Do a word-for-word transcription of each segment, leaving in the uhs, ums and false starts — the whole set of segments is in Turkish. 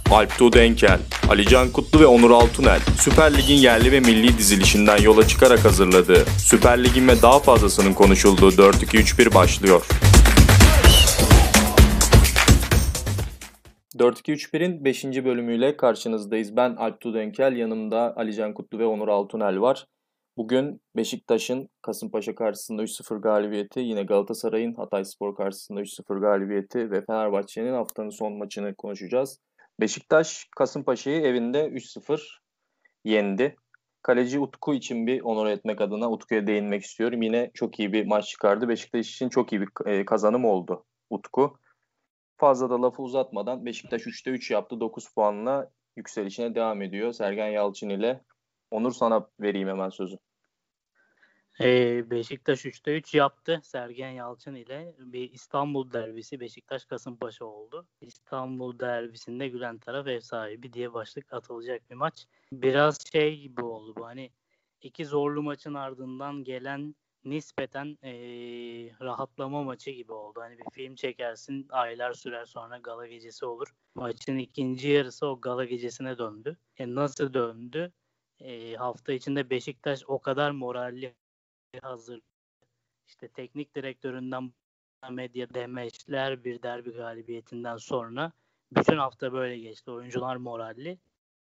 Alptu Denkel, Alican Kutlu ve Onur Altunel, Süper Lig'in yerli ve milli dizilişinden yola çıkarak hazırladığı, Süper Lig'in ve daha fazlasının konuşulduğu dört iki üç bir başlıyor. dört iki üç birin beşinci bölümüyle karşınızdayız. Ben Alptu Denkel, yanımda Alican Kutlu ve Onur Altunel var. Bugün Beşiktaş'ın Kasımpaşa karşısında üç sıfır galibiyeti, yine Galatasaray'ın Hatayspor karşısında üç sıfır galibiyeti ve Fenerbahçe'nin haftanın son maçını konuşacağız. Beşiktaş Kasımpaşa'yı evinde üç sıfır yendi. Kaleci Utku için bir onur etmek adına Utku'ya değinmek istiyorum. Yine çok iyi bir maç çıkardı. Beşiktaş için çok iyi bir kazanım oldu Utku. Fazla da lafı uzatmadan Beşiktaş üçte üç yaptı. dokuz puanla yükselişine devam ediyor. Sergen Yalçın ile. Onur, sana vereyim hemen sözü. Ee, Beşiktaş üçte üç yaptı. Sergen Yalçın ile bir İstanbul derbisi Beşiktaş-Kasımpaşa oldu. İstanbul derbisinde gülen taraf ev sahibi diye başlık atılacak bir maç. Biraz şey gibi oldu bu, hani iki zorlu maçın ardından gelen nispeten ee, rahatlama maçı gibi oldu. Hani bir film çekersin, aylar sürer, sonra gala gecesi olur. Maçın ikinci yarısı o gala gecesine döndü. E nasıl döndü? E, hafta içinde Beşiktaş o kadar moralli hazır. İşte teknik direktöründen medya demeçler, bir derbi galibiyetinden sonra bütün hafta böyle geçti. Oyuncular moralli.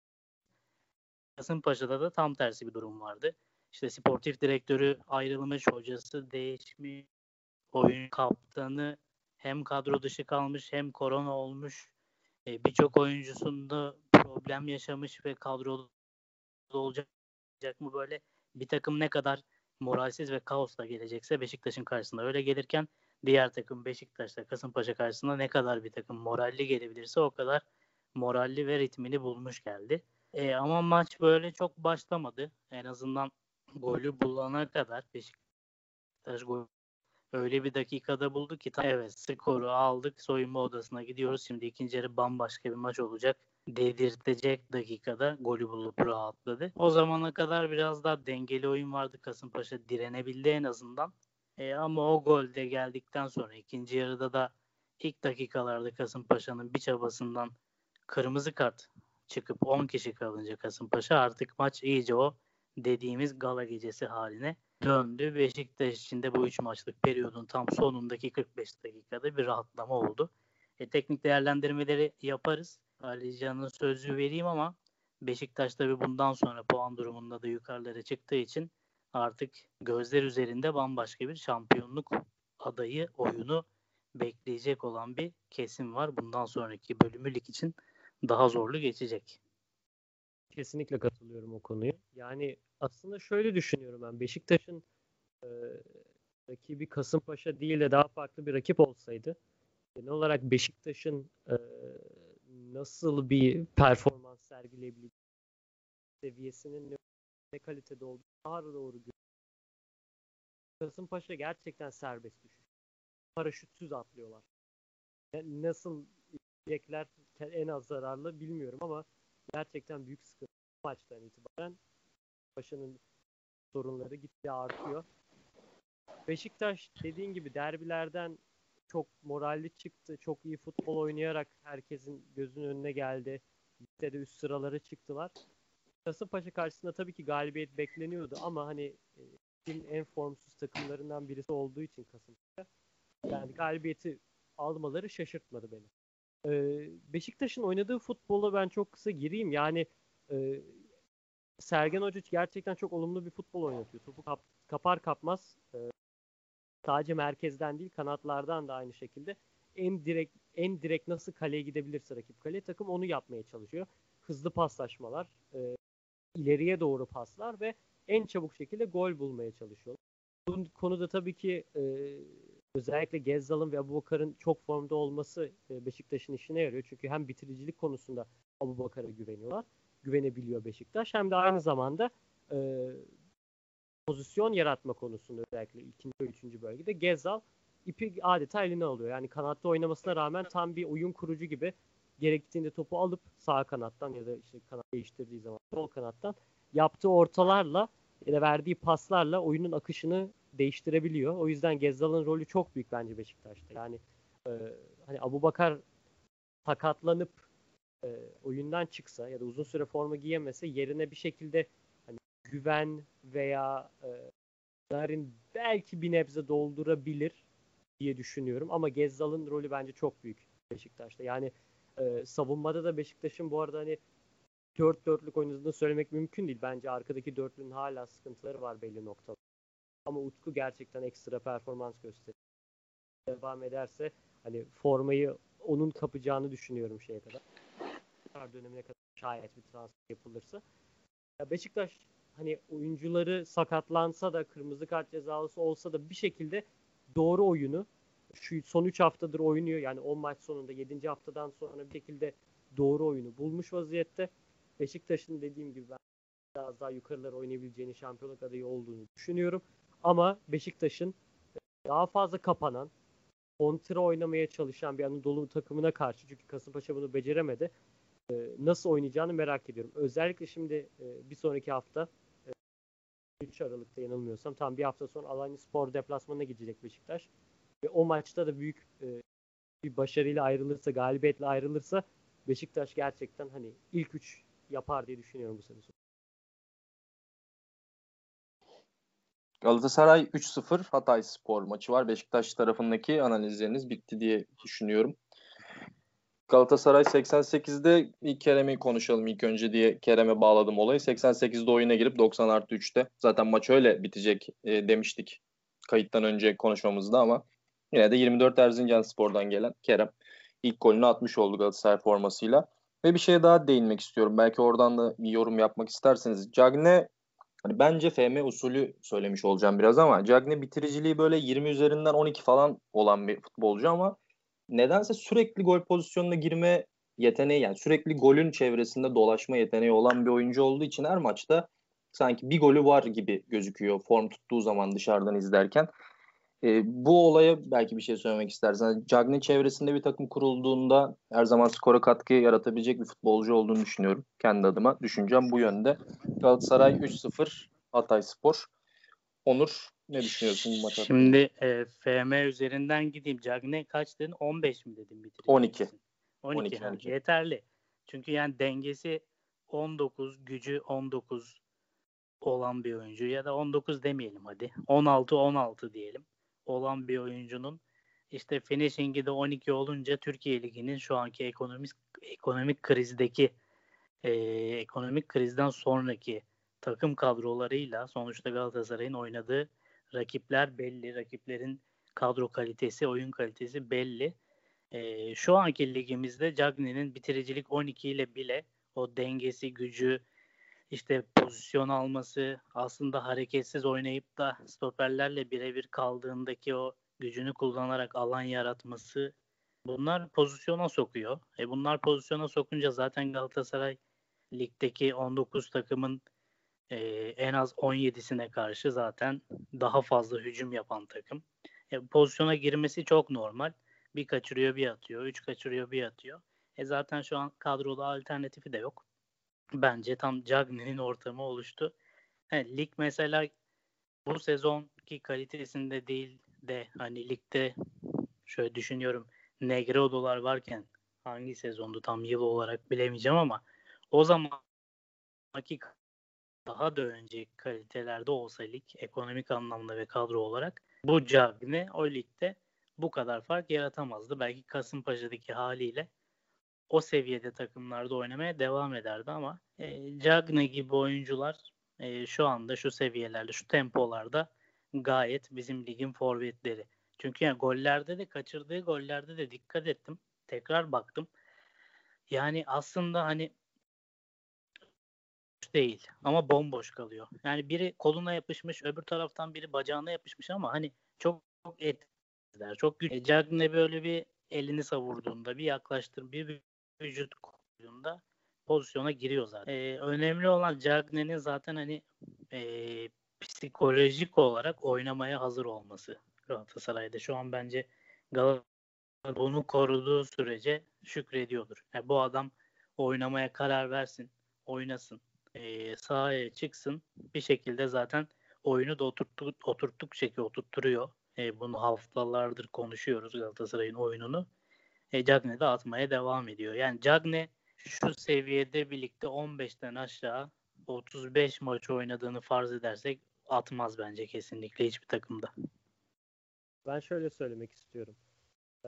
Kasımpaşa'da da tam tersi bir durum vardı. İşte sportif direktörü ayrılmış, hocası değişmiş, oyun kaptanı hem kadro dışı kalmış hem korona olmuş. E, birçok oyuncusunda problem yaşamış ve kadroda olacak mı, böyle bir takım ne kadar moralsiz ve kaosla gelecekse Beşiktaş'ın karşısında öyle gelirken, diğer takım Beşiktaş'ta Kasımpaşa karşısında ne kadar bir takım moralli gelebilirse o kadar moralli ve ritmini bulmuş geldi. E, ama maç böyle çok başlamadı. En azından golü bulana kadar Beşiktaş gol öyle bir dakikada buldu ki, evet, skoru aldık, soyunma odasına gidiyoruz, şimdi ikinci yarı bambaşka bir maç olacak dedirtecek dakikada golü bulup rahatladı. O zamana kadar biraz daha dengeli oyun vardı. Kasımpaşa direnebildi en azından. E, ama o gol de geldikten sonra ikinci yarıda da ilk dakikalarda Kasımpaşa'nın bir çabasından kırmızı kart çıkıp on kişi kalınca Kasımpaşa artık maç iyice o dediğimiz gala gecesi haline döndü. Beşiktaş için de bu üç maçlık periyodun tam sonundaki kırk beş dakikada bir rahatlama oldu. E, teknik değerlendirmeleri yaparız. Ali Can'ın sözü vereyim ama Beşiktaş tabii bundan sonra puan durumunda da yukarılara çıktığı için artık gözler üzerinde bambaşka bir şampiyonluk adayı oyunu bekleyecek olan bir kesim var. Bundan sonraki bölümü lig için daha zorlu geçecek. Kesinlikle katılıyorum o konuya. Yani aslında şöyle düşünüyorum ben. Beşiktaş'ın e, rakibi Kasımpaşa değil de daha farklı bir rakip olsaydı, genel olarak Beşiktaş'ın e, nasıl bir performans sergileyebileceği, seviyesinin ne, ne kalitede olduğu daha doğru görüyorum. Kasımpaşa gerçekten serbest düşüş. Paraşütsüz atlıyorlar. Yani nasıl yiyecekler en az zararlı bilmiyorum ama gerçekten büyük sıkıntı maçtan itibaren. Paşa'nın sorunları gitgide artıyor. Beşiktaş dediğin gibi derbilerden çok moralli çıktı. Çok iyi futbol oynayarak herkesin gözünün önüne geldi. Ligde de üst sıralara çıktılar. Kasımpaşa karşısında tabii ki galibiyet bekleniyordu ama hani ligin en formsuz takımlarından birisi olduğu için Kasımpaşa, yani galibiyeti almaları şaşırtmadı beni. Ee, Beşiktaş'ın oynadığı futbola ben çok kısa gireyim. Yani e, Sergen Hoca gerçekten çok olumlu bir futbol oynatıyor. Topu kap, kapar kapmaz e, sadece merkezden değil, kanatlardan da aynı şekilde en direkt en direkt nasıl kaleye gidebilirse rakip kaleye, takım onu yapmaya çalışıyor. Hızlı paslaşmalar, e, ileriye doğru paslar ve en çabuk şekilde gol bulmaya çalışıyor. Bu konuda tabii ki e, özellikle Gezzal'ın ve Abubakar'ın çok formda olması e, Beşiktaş'ın işine yarıyor. Çünkü hem bitiricilik konusunda Abubakar'a güveniyorlar, güvenebiliyor Beşiktaş. Hem de aynı zamanda e, pozisyon yaratma konusunda özellikle ikinci ve üçüncü bölgede Gezzal ipi adeta eline alıyor. Yani kanatta oynamasına rağmen tam bir oyun kurucu gibi, gerektiğinde topu alıp sağ kanattan ya da işte kanat değiştirdiği zaman sol kanattan yaptığı ortalarla ya da verdiği paslarla oyunun akışını değiştirebiliyor. O yüzden Gezzal'ın rolü çok büyük bence Beşiktaş'ta. Yani e, hani Abubakar sakatlanıp e, oyundan çıksa ya da uzun süre forma giyemese yerine bir şekilde hani Güven veya e, Narin belki bir nebze doldurabilir diye düşünüyorum. Ama Gezzal'ın rolü bence çok büyük Beşiktaş'ta. Yani e, savunmada da Beşiktaş'ın bu arada hani dört dörtlük oynadığını söylemek mümkün değil. Bence arkadaki dörtlünün hala sıkıntıları var belli noktalarda. Ama Utku gerçekten ekstra performans gösteriyor. Devam ederse hani formayı onun kapacağını düşünüyorum şeye kadar. Dönemine kadar şayet bir transfer yapılırsa. Ya Beşiktaş hani oyuncuları sakatlansa da kırmızı kart cezalısı olsa da bir şekilde doğru oyunu şu son üç haftadır oynuyor. Yani on maç sonunda yedinci haftadan sonra bir şekilde doğru oyunu bulmuş vaziyette. Beşiktaş'ın dediğim gibi ben biraz daha yukarılara oynayabileceğini, şampiyonluk adayı olduğunu düşünüyorum. Ama Beşiktaş'ın daha fazla kapanan, kontra oynamaya çalışan bir Anadolu takımına karşı, çünkü Kasımpaşa bunu beceremedi, nasıl oynayacağını merak ediyorum. Özellikle şimdi bir sonraki hafta üç Aralık'ta yanılmıyorsam tam bir hafta sonra Alanyaspor deplasmanına gidecek Beşiktaş. Ve o maçta da büyük bir başarıyla ayrılırsa, galibiyetle ayrılırsa Beşiktaş gerçekten hani ilk üç yapar diye düşünüyorum bu sene sonu. Galatasaray üç sıfır Hatayspor maçı var. Beşiktaş tarafındaki analizleriniz bitti diye düşünüyorum. Galatasaray seksen sekizde ilk Kerem'i konuşalım ilk önce diye Kerem'e bağladım olayı. seksen sekizde oyuna girip doksan artı üçte. Zaten maç öyle bitecek e, demiştik kayıttan önce konuşmamızda ama yine de yirmi dört Erzincanspor'dan gelen Kerem ilk golünü atmış oldu Galatasaray formasıyla. Ve bir şeye daha değinmek istiyorum. Belki oradan da bir yorum yapmak isterseniz. Cagne, hani bence F M usulü söylemiş olacağım biraz ama Cagne bitiriciliği böyle yirmi üzerinden on iki falan olan bir futbolcu ama nedense sürekli gol pozisyonuna girme yeteneği, yani sürekli golün çevresinde dolaşma yeteneği olan bir oyuncu olduğu için her maçta sanki bir golü var gibi gözüküyor form tuttuğu zaman dışarıdan izlerken. E, bu olaya belki bir şey söylemek istersen. Cagney çevresinde bir takım kurulduğunda her zaman skora katkı yaratabilecek bir futbolcu olduğunu düşünüyorum. Kendi adıma düşüncem bu yönde. Galatasaray üç sıfır Hatayspor. Onur, ne düşünüyorsun bu maç hakkında? Şimdi e, F M üzerinden gideyim. Cagney kaç dedin? on beş mi dedin bitirici? on iki. on iki. on iki, Ha, on iki. yeterli. Çünkü yani dengesi on dokuz, gücü on dokuz olan bir oyuncu ya da on dokuz demeyelim hadi. on altı on altı diyelim. Olan bir oyuncunun işte finishing'i de on iki olunca Türkiye Ligi'nin şu anki ekonomik ekonomik krizdeki e, ekonomik krizden sonraki takım kadrolarıyla sonuçta Galatasaray'ın oynadığı rakipler belli. Rakiplerin kadro kalitesi, oyun kalitesi belli. E, şu anki ligimizde Cagney'nin bitiricilik on iki ile bile o dengesi, gücü, işte pozisyon alması, aslında hareketsiz oynayıp da stoperlerle birebir kaldığındaki o gücünü kullanarak alan yaratması, bunlar pozisyona sokuyor. E bunlar pozisyona sokunca zaten Galatasaray ligdeki on dokuz takımın e, en az on yedisine karşı zaten daha fazla hücum yapan takım. E, pozisyona girmesi çok normal. Bir kaçırıyor bir atıyor, üç kaçırıyor bir atıyor. E zaten şu an kadroda alternatifi de yok. Bence tam Cagney'in ortamı oluştu. He, lig mesela bu sezonki kalitesinde değil de hani ligde şöyle düşünüyorum, Negredo'lar varken hangi sezondu tam yıl olarak bilemeyeceğim ama o zamanki daha da önce kalitelerde olsa lig ekonomik anlamda ve kadro olarak bu Cagney o ligde bu kadar fark yaratamazdı. Belki Kasımpaşa'daki haliyle o seviyede takımlarda oynamaya devam ederdi ama e, Cagney gibi oyuncular e, şu anda şu seviyelerde, şu tempolarda gayet bizim ligin forvetleri. Çünkü yani gollerde de kaçırdığı gollerde de dikkat ettim. Tekrar baktım. Yani aslında hani değil ama bomboş kalıyor. Yani biri koluna yapışmış, öbür taraftan biri bacağına yapışmış ama hani çok çok etkiler, çok güçlü. E, Cagney böyle bir elini savurduğunda, bir yaklaştır, bir vücut koyduğunda pozisyona giriyor zaten. E, önemli olan Cagney'nin zaten hani e, psikolojik olarak oynamaya hazır olması Galatasaray'da. Şu an bence Galatasaray bunu koruduğu sürece şükrediyordur. Yani bu adam oynamaya karar versin, oynasın, e, sahaya çıksın. Bir şekilde zaten oyunu da oturttuk, oturttukça ki oturtturuyor. E, bunu haftalardır konuşuyoruz Galatasaray'ın oyununu. E, Cagney de atmaya devam ediyor. Yani Cagney şu seviyede birlikte on beşten aşağı otuz beş maç oynadığını farz edersek atmaz bence kesinlikle hiçbir takımda. Ben şöyle söylemek istiyorum. Ee,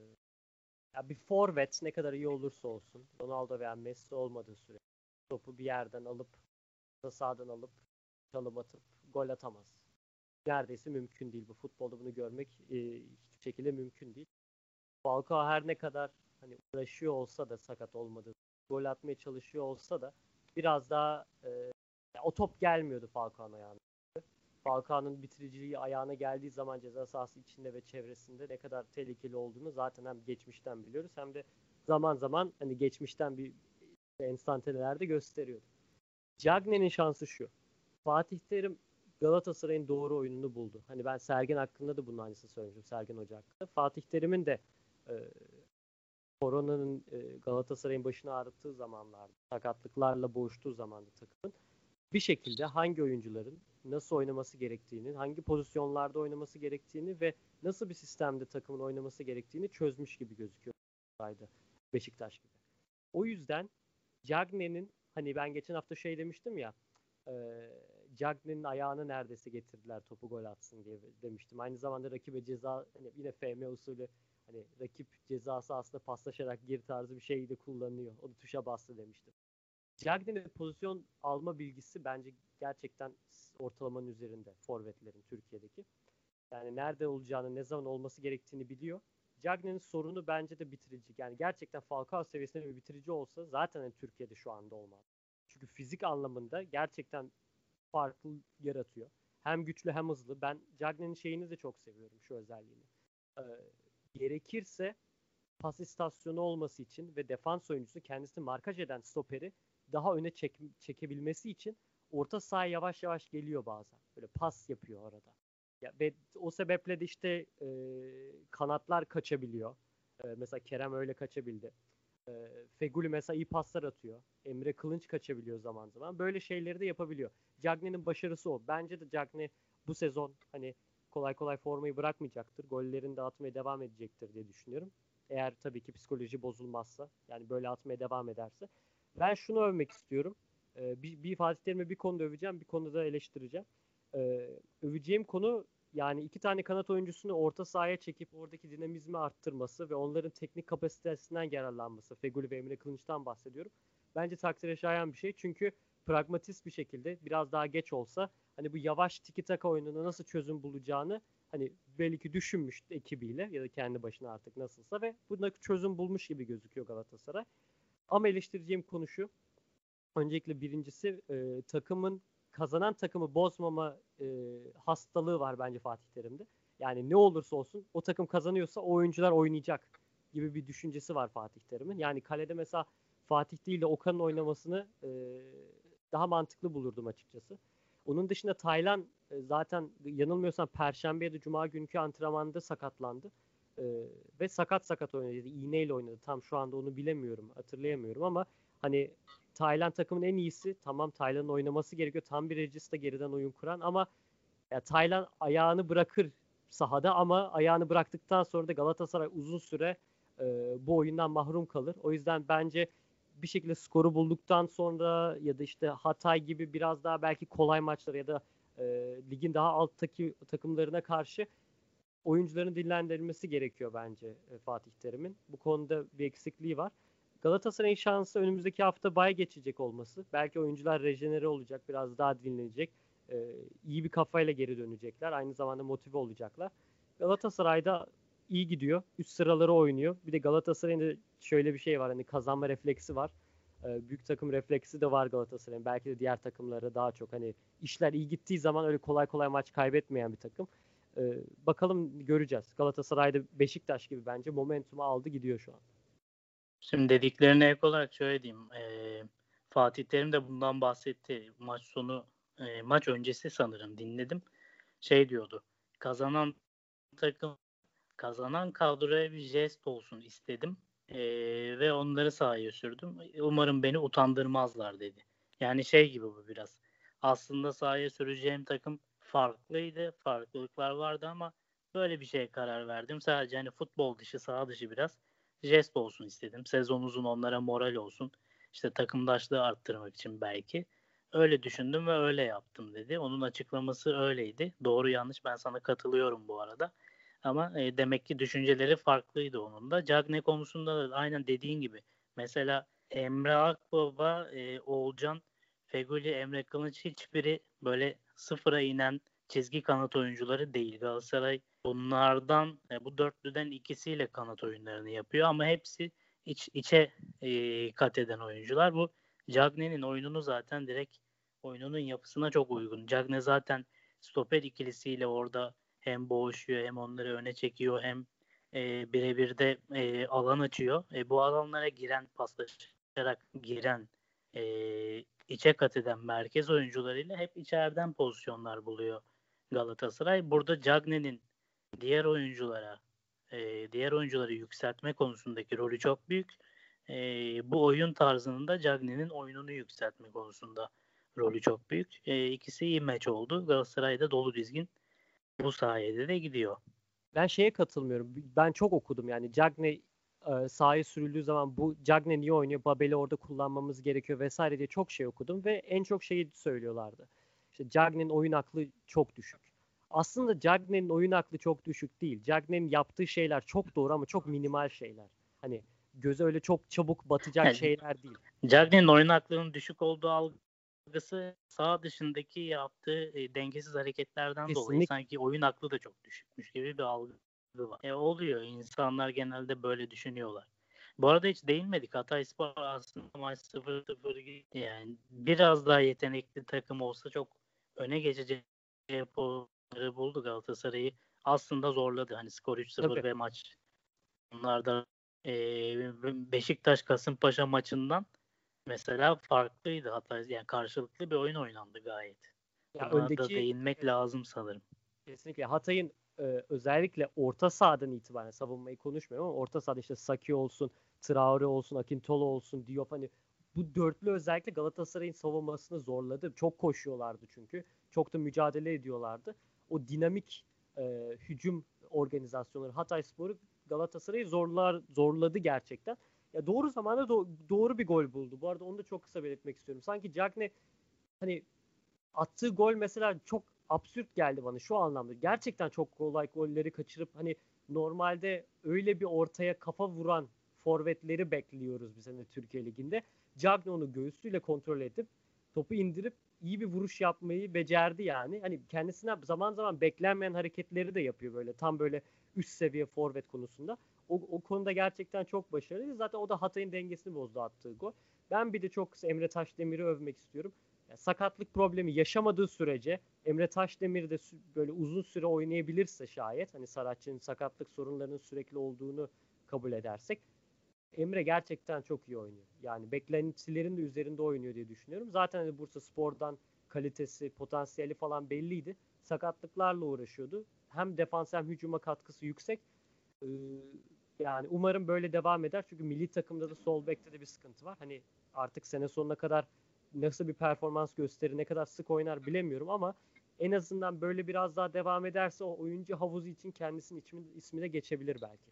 ya bir forvet ne kadar iyi olursa olsun, Ronaldo veya Messi olmadığı sürece topu bir yerden alıp, sağdan alıp, çalım atıp gol atamaz. Neredeyse mümkün değil. Bu futbolda bunu görmek e, hiçbir şekilde mümkün değil. Falcao her ne kadar hani uğraşıyor olsa da sakat olmadığı, gol atmaya çalışıyor olsa da biraz daha e, o top gelmiyordu Falcao'nun ayağına. Falcao'nun bitiriciliği ayağına geldiği zaman ceza sahası içinde ve çevresinde ne kadar tehlikeli olduğunu zaten hem geçmişten biliyoruz hem de zaman zaman hani geçmişten bir enstantanelerde gösteriyordu. Cagney'in şansı şu. Fatih Terim Galatasaray'ın doğru oyununu buldu. Hani ben Sergen hakkında da bunun aynısını söylemiştim. Sergen Hoca hakkında. Fatih Terim'in de e, koronanın e, Galatasaray'ın başını ağrıttığı zamanlarda, sakatlıklarla boğuştuğu zamanda takımın bir şekilde hangi oyuncuların nasıl oynaması gerektiğini, hangi pozisyonlarda oynaması gerektiğini ve nasıl bir sistemde takımın oynaması gerektiğini çözmüş gibi gözüküyor Beşiktaş gibi. O yüzden Cagney'in hani ben geçen hafta şey demiştim ya e, Cagney'in ayağını neredeyse getirdiler topu gol atsın diye demiştim. Aynı zamanda rakibe ceza hani yine F M usulü hani rakip ceza sahasında paslaşarak gir tarzı bir şey de kullanıyor. O da tuşa bastı demiştim. Cagney'in pozisyon alma bilgisi bence gerçekten ortalamanın üzerinde forvetlerin Türkiye'deki. Yani nerede olacağını, ne zaman olması gerektiğini biliyor. Cagney'in sorunu bence de bitiricilik. Yani gerçekten Falcao seviyesinde bir bitirici olsa zaten hani Türkiye'de şu anda olmaz. Çünkü fizik anlamında gerçekten farklı yaratıyor. Hem güçlü hem hızlı. Ben Cagney'in şeyini de çok seviyorum, şu özelliğini. Ee, gerekirse pas istasyonu olması için ve defans oyuncusu kendisini markaj eden stoperi daha öne çek, çekebilmesi için orta sahaya yavaş yavaş geliyor bazen. Böyle pas yapıyor orada. Ya, ve o sebeple de işte e, kanatlar kaçabiliyor. E, mesela Kerem öyle kaçabildi. E, Feguli mesela iyi paslar atıyor. Emre Kılınç kaçabiliyor zaman zaman. Böyle şeyleri de yapabiliyor. Cagney'in başarısı o. Bence de Cagney bu sezon hani kolay kolay formayı bırakmayacaktır. Gollerini de atmaya devam edecektir diye düşünüyorum. Eğer tabii ki psikoloji bozulmazsa. Yani böyle atmaya devam ederse. Ben şunu övmek istiyorum. Ee, bir, bir Fatih Terim'e bir konuda öveceğim. Bir konuda da eleştireceğim. Ee, öveceğim konu yani iki tane kanat oyuncusunu orta sahaya çekip oradaki dinamizmi arttırması ve onların teknik kapasitesinden yararlanması. Feguli ve Emre Kılınç'tan bahsediyorum. Bence takdire şayan bir şey. Çünkü pragmatist bir şekilde biraz daha geç olsa hani bu yavaş tiki taka oyununa nasıl çözüm bulacağını hani belki düşünmüş ekibiyle ya da kendi başına artık nasılsa ve buna çözüm bulmuş gibi gözüküyor Galatasaray. Ama eleştireceğim konu şu. Öncelikle birincisi e, takımın kazanan takımı bozmama e, hastalığı var bence Fatih Terim'de. Yani ne olursa olsun o takım kazanıyorsa o oyuncular oynayacak gibi bir düşüncesi var Fatih Terim'in. Yani kalede mesela Fatih değil de Okan'ın oynamasını e, daha mantıklı bulurdum açıkçası. Onun dışında Taylan e, zaten yanılmıyorsam Perşembe ya da Cuma günkü antrenmanda sakatlandı. E, ve sakat sakat oynadı. İğneyle oynadı. Tam şu anda onu bilemiyorum, hatırlayamıyorum ama hani Tayland takımın en iyisi. Tamam Tayland'ın oynaması gerekiyor. Tam bir regista geriden oyun kuran ama ya Tayland ayağını bırakır sahada ama ayağını bıraktıktan sonra da Galatasaray uzun süre e, bu oyundan mahrum kalır. O yüzden bence bir şekilde skoru bulduktan sonra ya da işte Hatay gibi biraz daha belki kolay maçlar ya da e, ligin daha alttaki takımlarına karşı oyuncuların dinlendirilmesi gerekiyor bence e, Fatih Terim'in. Bu konuda bir eksikliği var. Galatasaray'ın şansı önümüzdeki hafta bay geçecek olması. Belki oyuncular rejenere olacak, biraz daha dinlenecek. E, iyi bir kafayla geri dönecekler. Aynı zamanda motive olacaklar. Galatasaray'da iyi gidiyor. Üst sıraları oynuyor. Bir de Galatasaray'ın da şöyle bir şey var. Hani kazanma refleksi var. E, büyük takım refleksi de var Galatasaray'ın. Belki de diğer takımlara daha çok. Hani işler iyi gittiği zaman öyle kolay kolay maç kaybetmeyen bir takım. Ee, bakalım göreceğiz. Galatasaray'da Beşiktaş gibi bence momentumu aldı gidiyor şu an. Şimdi dediklerine ek olarak şöyle diyeyim. E, Fatih Terim de bundan bahsetti. Maç sonu, e, maç öncesi sanırım dinledim. Şey diyordu. Kazanan takım, kazanan kadroya bir jest olsun istedim. E, ve onları sahaya sürdüm. Umarım beni utandırmazlar dedi. Yani şey gibi bu biraz. Aslında sahaya süreceğim takım farklıydı. Farklılıklar vardı ama böyle bir şeye karar verdim. Sadece hani futbol dışı, saha dışı biraz. jest olsun istedim. Sezon uzun onlara moral olsun. İşte takımdaşlığı arttırmak için belki. Öyle düşündüm ve öyle yaptım dedi. Onun açıklaması öyleydi. Doğru yanlış ben sana katılıyorum bu arada. Ama e, demek ki düşünceleri farklıydı onun da. Cagne konusunda da aynen dediğin gibi. Mesela Emre Akbaba, e, Oğulcan, Feguli, Emre Kılıç hiçbiri böyle sıfıra inen çizgi kanat oyuncuları değil. Galatasaray bunlardan e, bu dörtlüden ikisiyle kanat oyunlarını yapıyor ama hepsi iç, içe e, kat eden oyuncular. Bu Cagne'nin oyununu zaten direkt oyununun yapısına çok uygun. Cagne zaten stoper ikilisiyle orada hem boğuşuyor hem onları öne çekiyor hem e, birebir de e, alan açıyor. E, bu alanlara giren, paslaşarak giren, e, içe kat eden merkez oyuncularıyla hep içeriden pozisyonlar buluyor Galatasaray. Burada Cagne'nin diğer oyunculara e, diğer oyuncuları yükseltme konusundaki rolü çok büyük. E, bu oyun tarzının da Cagne'nin oyununu yükseltme konusunda rolü çok büyük. E, ikisi iyi maç oldu. Galatasaray'da dolu dizgin bu sayede de gidiyor. Ben şeye katılmıyorum. Ben çok okudum yani Cagne e, sahaya sürüldüğü zaman bu Cagne niye oynuyor? Babel'i orada kullanmamız gerekiyor vesaire diye çok şey okudum ve en çok şeyi söylüyorlardı. İşte Cagne'nin oyun aklı çok düşük. Aslında Cagne'nin oyun aklı çok düşük değil. Cagne'nin yaptığı şeyler çok doğru ama çok minimal şeyler. Hani göze öyle çok çabuk batacak Yani, şeyler değil. Cagne'nin oyun aklının düşük olduğu algısı sağ dışındaki yaptığı e, dengesiz hareketlerden Kesinlikle. dolayı sanki oyun aklı da çok düşükmüş gibi bir algı var. E, oluyor. İnsanlar genelde böyle düşünüyorlar. Bu arada hiç değinmedik. Hatayspor aslında maç sıfır sıfır yani biraz daha yetenekli takım olsa çok öne geçecek pozisyonları buldu. Galatasaray'ı aslında zorladı. Hani skor üç sıfır Tabii. ve maç bunlarda e, Beşiktaş Kasımpaşa maçından mesela farklıydı hatta yani karşılıklı bir oyun oynandı gayet. Ya Buna da öndeki değinmek lazım sanırım. kesinlikle Hatay'ın e, özellikle orta sahadan itibaren savunmayı konuşmuyorum ama orta sahada işte Saki olsun, Traore olsun, Akintolo olsun, Diop hani bu dörtlü özellikle Galatasaray'ın savunmasını zorladı. Çok koşuyorlardı çünkü. Çok da mücadele ediyorlardı. O dinamik e, hücum organizasyonları Hatayspor'u Galatasaray'ı zorlar zorladı gerçekten. Ya doğru zamanda do- doğru bir gol buldu. Bu arada onu da çok kısa belirtmek istiyorum. Sanki Cagne hani attığı gol mesela çok absürt geldi bana şu anlamda. Gerçekten çok kolay golleri kaçırıp hani normalde öyle bir ortaya kafa vuran forvetleri bekliyoruz biz hani Türkiye Ligi'nde. Cagne onu göğsüyle kontrol edip topu indirip iyi bir vuruş yapmayı becerdi yani. Hani kendisine zaman zaman beklenmeyen hareketleri de yapıyor böyle tam böyle üst seviye forvet konusunda. O, o konuda gerçekten çok başarılı. Zaten o da Hatay'ın dengesini bozdu attığı gol. Ben bir de çok kısa Emre Taşdemir'i övmek istiyorum. Yani sakatlık problemi yaşamadığı sürece Emre Taşdemir de böyle uzun süre oynayabilirse şayet hani Saratçı'nın sakatlık sorunlarının sürekli olduğunu kabul edersek Emre gerçekten çok iyi oynuyor. Yani beklentilerin de üzerinde oynuyor diye düşünüyorum. Zaten hani Bursaspor'dan kalitesi, potansiyeli falan belliydi. Sakatlıklarla uğraşıyordu. Hem defans hem hücuma katkısı yüksek. Ee, yani umarım böyle devam eder. Çünkü milli takımda da sol bekte de bir sıkıntı var. Hani artık sene sonuna kadar nasıl bir performans gösterir, ne kadar sık oynar bilemiyorum ama en azından böyle biraz daha devam ederse o oyuncu havuzu için kendisinin ismi, ismi de geçebilir belki.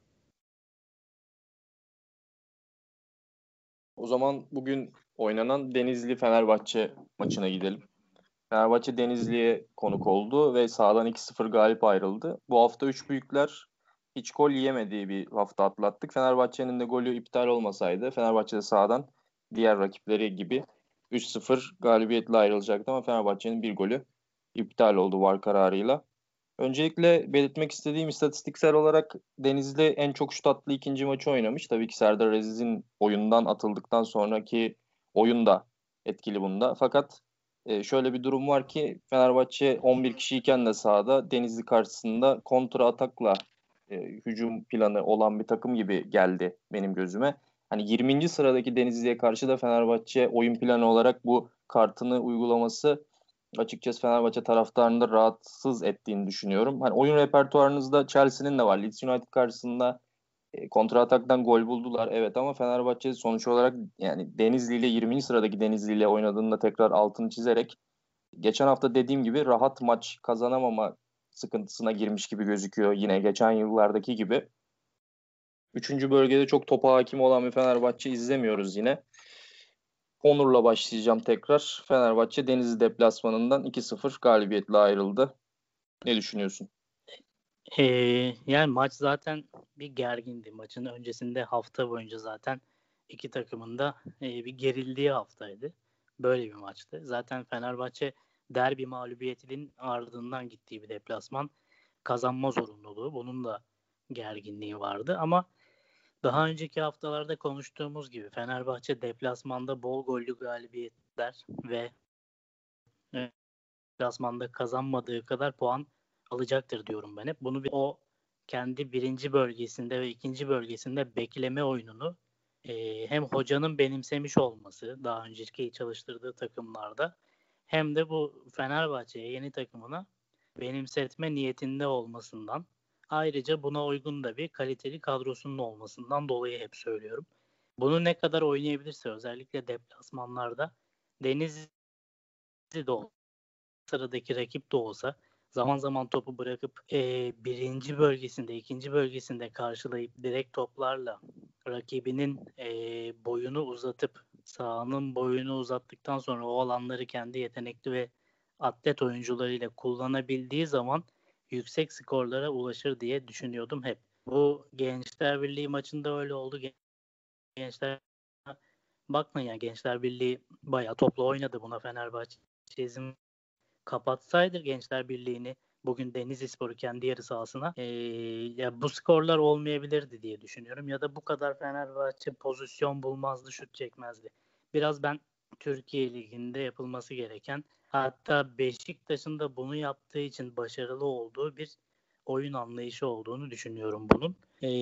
O zaman bugün oynanan Denizli-Fenerbahçe maçına gidelim. Fenerbahçe Denizli'ye konuk oldu ve sahadan iki sıfır galip ayrıldı. Bu hafta üç büyükler hiç gol yiyemediği bir hafta atlattık. Fenerbahçe'nin de golü iptal olmasaydı Fenerbahçe de sahadan diğer rakipleri gibi üç sıfır galibiyetle ayrılacaktı ama Fenerbahçe'nin bir golü iptal oldu V A R kararıyla. Öncelikle belirtmek istediğim istatistiksel olarak Denizli en çok şut attığı ikinci maçı oynamış. Tabii ki Serdar Aziz'in oyundan atıldıktan sonraki oyun da etkili bunda. Fakat e, şöyle bir durum var ki Fenerbahçe on bir kişiyken de sahada Denizli karşısında kontra atakla e, hücum planı olan bir takım gibi geldi benim gözüme. Hani yirminci sıradaki Denizli'ye karşı da Fenerbahçe oyun planı olarak bu kartını uygulaması açıkçası Fenerbahçe taraftarını da rahatsız ettiğini düşünüyorum. Hani oyun repertuarınızda Chelsea'nin de var. Leeds United karşısında e, kontra ataktan gol buldular. Evet ama Fenerbahçe sonuç olarak yani Denizli ile yirminci sıradaki Denizli ile oynadığında tekrar altını çizerek geçen hafta dediğim gibi rahat maç kazanamama sıkıntısına girmiş gibi gözüküyor. Yine geçen yıllardaki gibi. Üçüncü bölgede çok topa hakim olan bir Fenerbahçe izlemiyoruz yine. Onur'la başlayacağım tekrar. Fenerbahçe Denizli deplasmanından iki sıfır galibiyetle ayrıldı. Ne düşünüyorsun? Ee, yani maç zaten bir gergindi. Maçın öncesinde hafta boyunca zaten iki takımın da e, bir gerildiği haftaydı. Böyle bir maçtı. Zaten Fenerbahçe derbi mağlubiyetinin ardından gittiği bir deplasman. Kazanma zorunluluğu. Bunun da gerginliği vardı ama daha önceki haftalarda konuştuğumuz gibi Fenerbahçe deplasmanda bol gollü galibiyetler ve e, deplasmanda kazanmadığı kadar puan alacaktır diyorum ben hep. Bunu bir, o kendi birinci bölgesinde ve ikinci bölgesinde bekleme oyununu e, hem hocanın benimsemiş olması daha önceki çalıştırdığı takımlarda hem de bu Fenerbahçe'ye yeni takımına benimsetme niyetinde olmasından, ayrıca buna uygun da bir kaliteli kadrosunun olmasından dolayı hep söylüyorum. Bunu ne kadar oynayabilirse özellikle deplasmanlarda Denizli'de olsa, sıradaki rakip de olsa zaman zaman topu bırakıp e, birinci bölgesinde, ikinci bölgesinde karşılayıp direkt toplarla rakibinin e, boyunu uzatıp sahanın boyunu uzattıktan sonra o alanları kendi yetenekli ve atlet oyuncularıyla kullanabildiği zaman yüksek skorlara ulaşır diye düşünüyordum hep. Bu Gençler Birliği maçında öyle oldu. Gençler bakmayın yani Gençler Birliği bayağı toplu oynadı, buna Fenerbahçe izin kapatsaydı Gençler Birliği'ni bugün Denizlispor'u kendi yarı sahasına ee, ya bu skorlar olmayabilirdi diye düşünüyorum. Ya da bu kadar Fenerbahçe pozisyon bulmazdı, şut çekmezdi. Biraz ben Türkiye Ligi'nde yapılması gereken, hatta Beşiktaş'ın da bunu yaptığı için başarılı olduğu bir oyun anlayışı olduğunu düşünüyorum bunun.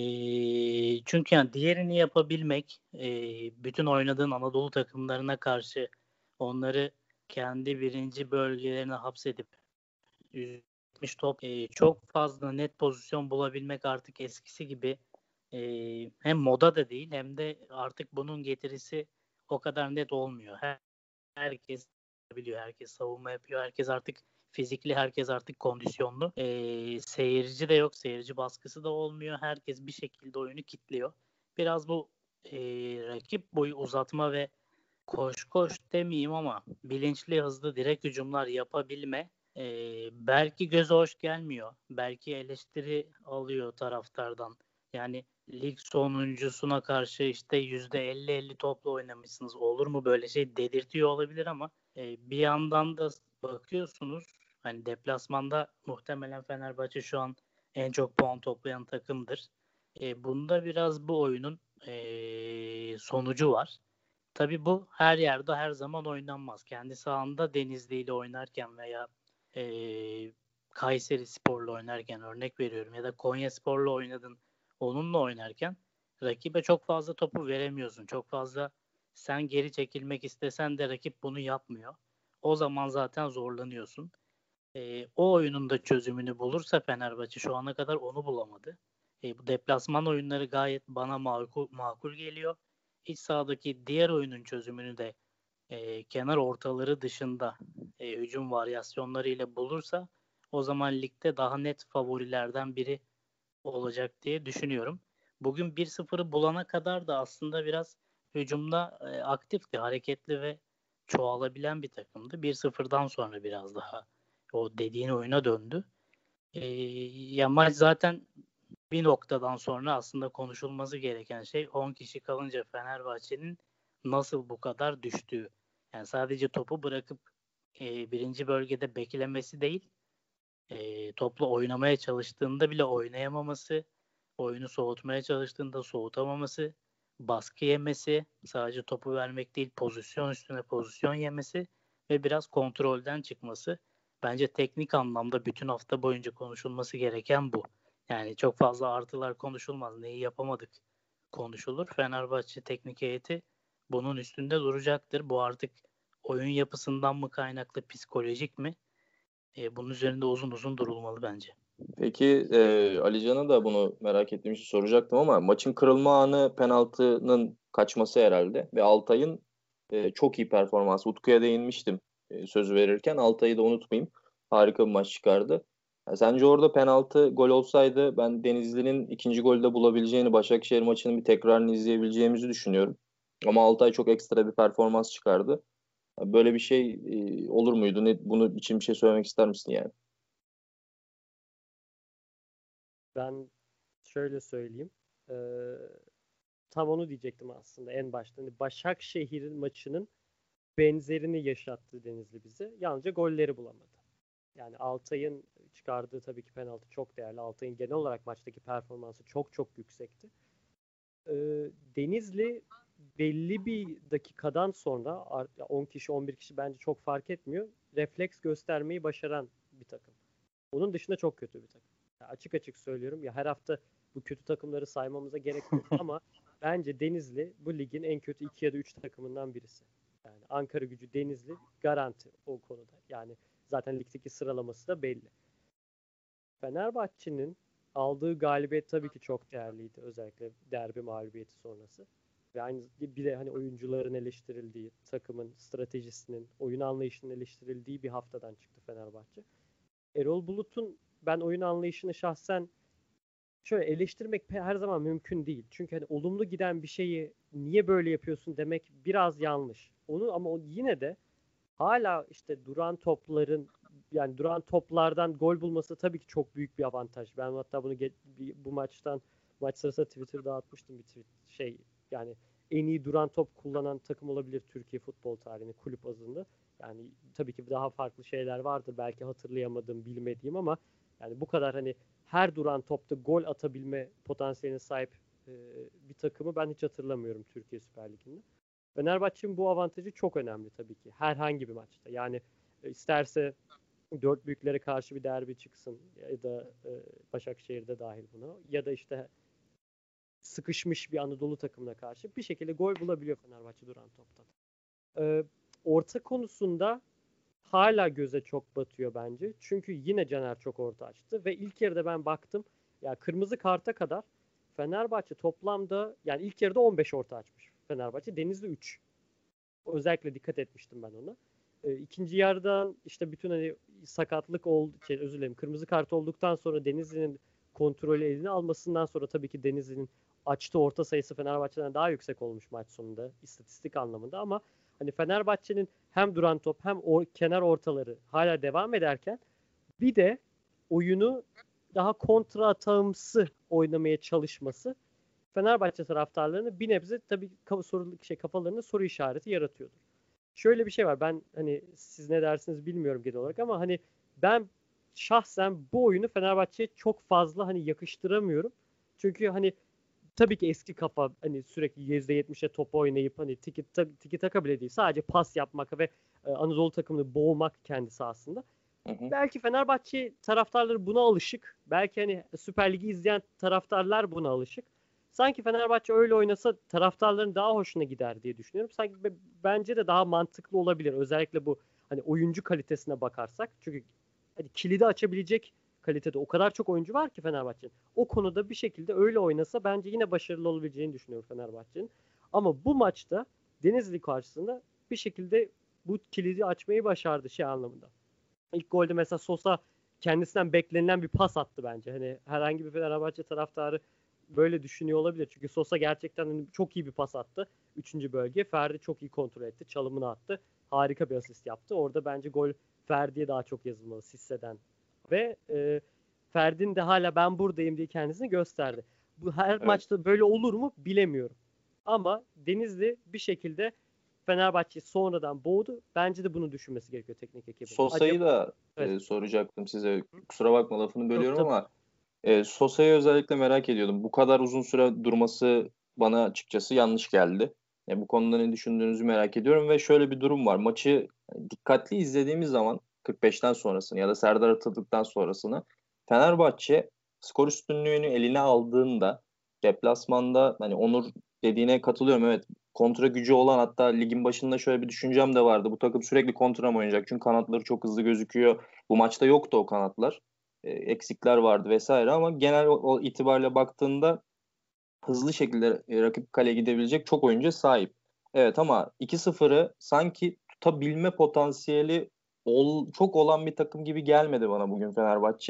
Ee, çünkü yani diğerini yapabilmek, e, bütün oynadığın Anadolu takımlarına karşı onları kendi birinci bölgelerine hapsedip yüz yetmiş top e, çok fazla net pozisyon bulabilmek artık eskisi gibi e, hem moda da değil hem de artık bunun getirisi o kadar net olmuyor. Her, herkes biliyor, herkes savunma yapıyor, herkes artık fizikli, herkes artık kondisyonlu. E, seyirci de yok, seyirci baskısı da olmuyor. Herkes bir şekilde oyunu kitliyor. Biraz bu e, rakip boyu uzatma ve koş koş demeyeyim ama bilinçli hızlı direkt hücumlar yapabilme e, belki göze hoş gelmiyor. Belki eleştiri alıyor taraftardan. Yani lig sonuncusuna karşı işte yüzde elli elli topla oynamışsınız. Olur mu böyle şey dedirtiyor olabilir ama e, bir yandan da bakıyorsunuz hani deplasmanda muhtemelen Fenerbahçe şu an en çok puan toplayan takımdır. E, bunda biraz bu oyunun e, sonucu var. Tabii bu her yerde her zaman oynanmaz. Kendi sahanda Denizli ile oynarken veya e, Kayseri Spor'la oynarken örnek veriyorum ya da Konya Spor'la oynadın onunla oynarken rakibe çok fazla topu veremiyorsun. Çok fazla sen geri çekilmek istesen de rakip bunu yapmıyor. O zaman zaten zorlanıyorsun. E, o oyunun da çözümünü bulursa Fenerbahçe şu ana kadar onu bulamadı. E, bu deplasman oyunları gayet bana makul, makul geliyor. İç sahadaki diğer oyunun çözümünü de e, kenar ortaları dışında e, hücum varyasyonlarıyla bulursa o zaman ligde daha net favorilerden biri olacak diye düşünüyorum. Bugün bir sıfırı bulana kadar da aslında biraz hücumda e, aktifti, hareketli ve çoğalabilen bir takımdı. bir sıfırdan sonra biraz daha o dediğin oyuna döndü. E, ya maç zaten bir noktadan sonra aslında konuşulması gereken şey on kişi kalınca Fenerbahçe'nin nasıl bu kadar düştüğü. Yani sadece topu bırakıp e, birinci bölgede beklemesi değil, e, topla oynamaya çalıştığında bile oynayamaması, oyunu soğutmaya çalıştığında soğutamaması, baskı yemesi, sadece topu vermek değil pozisyon üstüne pozisyon yemesi ve biraz kontrolden çıkması. Bence teknik anlamda bütün hafta boyunca konuşulması gereken bu. Yani çok fazla artılar konuşulmaz. Neyi yapamadık konuşulur. Fenerbahçe teknik heyeti bunun üstünde duracaktır. Bu artık oyun yapısından mı kaynaklı, psikolojik mi? E, bunun üzerinde uzun uzun durulmalı bence. Peki e, Ali Can'a da bunu merak ettiğim için soracaktım ama maçın kırılma anı penaltının kaçması herhalde ve Altay'ın e, çok iyi performansı. Utku'ya değinmiştim e, sözü verirken. Altay'ı da unutmayayım. Harika bir maç çıkardı. Ya sence orada penaltı gol olsaydı ben Denizli'nin ikinci golde bulabileceğini, Başakşehir maçının bir tekrarını izleyebileceğimizi düşünüyorum. Ama Altay çok ekstra bir performans çıkardı. Ya böyle bir şey e, olur muydu? Ne, bunu için bir şey söylemek ister misin yani? Ben şöyle söyleyeyim. Ee, tam onu diyecektim aslında en başta. Hani Başakşehir maçının benzerini yaşattı Denizli bize. Yalnızca golleri bulamadı. Yani Altay'ın çıkardığı tabii ki penaltı çok değerli. Altay'ın genel olarak maçtaki performansı çok çok yüksekti. Ee, Denizli belli bir dakikadan sonra on kişi on bir kişi bence çok fark etmiyor. Refleks göstermeyi başaran bir takım. Onun dışında çok kötü bir takım. Ya açık açık söylüyorum ya, her hafta bu kötü takımları saymamıza gerek yok ama bence Denizli bu ligin en kötü iki ya da üç takımından birisi. Yani Ankara Gücü, Denizli garanti o konuda. Yani zaten ligdeki sıralaması da belli. Fenerbahçe'nin aldığı galibiyet tabii ki çok değerliydi. Özellikle derbi mağlubiyeti sonrası. Ve aynı bir de hani oyuncuların eleştirildiği, takımın stratejisinin, oyun anlayışının eleştirildiği bir haftadan çıktı Fenerbahçe. Erol Bulut'un ben oyun anlayışını şahsen şöyle eleştirmek her zaman mümkün değil. Çünkü hani olumlu giden bir şeyi niye böyle yapıyorsun demek biraz yanlış. Onu ama o yine de hala işte duran topların, yani duran toplardan gol bulması tabii ki çok büyük bir avantaj. Ben hatta bunu ge- bu maçtan maç sırasında Twitter'da atmıştım bir tweet şey, yani en iyi duran top kullanan takım olabilir Türkiye futbol tarihinde kulüp bazında. Yani tabii ki daha farklı şeyler vardır belki hatırlayamadığım, bilmediğim ama yani bu kadar hani her duran topta gol atabilme potansiyeline sahip e, bir takımı ben hiç hatırlamıyorum Türkiye Süper Ligi'nde. Fenerbahçe'nin bu avantajı çok önemli tabii ki. Herhangi bir maçta. Yani e, isterse dört büyüklere karşı bir derbi çıksın ya da e, Başakşehir'de dahil buna. Ya da işte sıkışmış bir Anadolu takımına karşı bir şekilde gol bulabiliyor Fenerbahçe duran toptan. E, orta konusunda hala göze çok batıyor bence. Çünkü yine Caner çok orta açtı ve ilk yarıda ben baktım ya, kırmızı karta kadar Fenerbahçe toplamda yani ilk yarıda on beş orta açmış Fenerbahçe. Denizli üç. Özellikle dikkat etmiştim ben ona. E, ikinci yarıdan işte bütün hani sakatlık oldu, şey, özür dilerim, kırmızı kart olduktan sonra Denizli'nin kontrolü eline almasından sonra tabii ki Denizli'nin açtığı orta sayısı Fenerbahçe'den daha yüksek olmuş maç sonunda istatistik anlamında ama hani Fenerbahçe'nin hem duran top hem or, kenar ortaları hala devam ederken bir de oyunu daha kontra atağımsı oynamaya çalışması Fenerbahçe taraftarlarını bir nebze tabii soru, şey, kafalarında soru işareti yaratıyordur. Şöyle bir şey var. Ben hani siz ne dersiniz bilmiyorum genel olarak ama hani ben şahsen bu oyunu Fenerbahçe'ye çok fazla hani yakıştıramıyorum. Çünkü hani tabii ki eski kafa hani sürekli yüzde yetmişe top oynayıp hani tiki, tiki taka bile değil. Sadece pas yapmak ve e, Anadolu takımını boğmak kendisi aslında. Hı hı. Belki Fenerbahçe taraftarları buna alışık. Belki hani Süper Lig'i izleyen taraftarlar buna alışık. Sanki Fenerbahçe öyle oynasa taraftarların daha hoşuna gider diye düşünüyorum. Sanki bence de daha mantıklı olabilir. Özellikle bu hani oyuncu kalitesine bakarsak. Çünkü hani kilidi açabilecek kalitede o kadar çok oyuncu var ki Fenerbahçe'nin. O konuda bir şekilde öyle oynasa bence yine başarılı olabileceğini düşünüyorum Fenerbahçe'nin. Ama bu maçta Denizli karşısında bir şekilde bu kilidi açmayı başardı şey anlamında. İlk golde mesela Sosa kendisinden beklenilen bir pas attı bence. Hani herhangi bir Fenerbahçe taraftarı böyle düşünüyor olabilir. Çünkü Sosa gerçekten hani çok iyi bir pas attı. Üçüncü bölge. Ferdi çok iyi kontrol etti. Çalımını attı. Harika bir asist yaptı. Orada bence gol Ferdi'ye daha çok yazılmalı Sisse'den. Ve e, Ferdi'nin de hala ben buradayım diye kendisini gösterdi. Bu her Evet. maçta böyle olur mu bilemiyorum. Ama Denizli bir şekilde Fenerbahçe sonradan boğdu. Bence de bunu düşünmesi gerekiyor teknik ekibin. Acaba Sosa'yı da evet. e, soracaktım size. Kusura bakma lafını Yok bölüyorum tabii. ama e, Sosa'yı özellikle merak ediyordum. Bu kadar uzun süre durması bana açıkçası yanlış geldi. E, bu konuda ne düşündüğünüzü merak ediyorum ve şöyle bir durum var. Maçı dikkatli izlediğimiz zaman kırk beşten sonrasını ya da Serdar atıldıktan sonrasını Fenerbahçe skor üstünlüğünü eline aldığında deplasmanda hani Onur dediğine katılıyorum. Evet, kontra gücü olan, hatta ligin başında şöyle bir düşüncem de vardı. Bu takım sürekli kontra mı oynayacak? Çünkü kanatları çok hızlı gözüküyor. Bu maçta yoktu o kanatlar. E, eksikler vardı vesaire ama genel o, o itibariyle baktığında hızlı şekilde e, rakip kaleye gidebilecek çok oyuncu sahip. Evet ama iki sıfırı sanki tutabilme potansiyeli ol, çok olan bir takım gibi gelmedi bana bugün Fenerbahçe.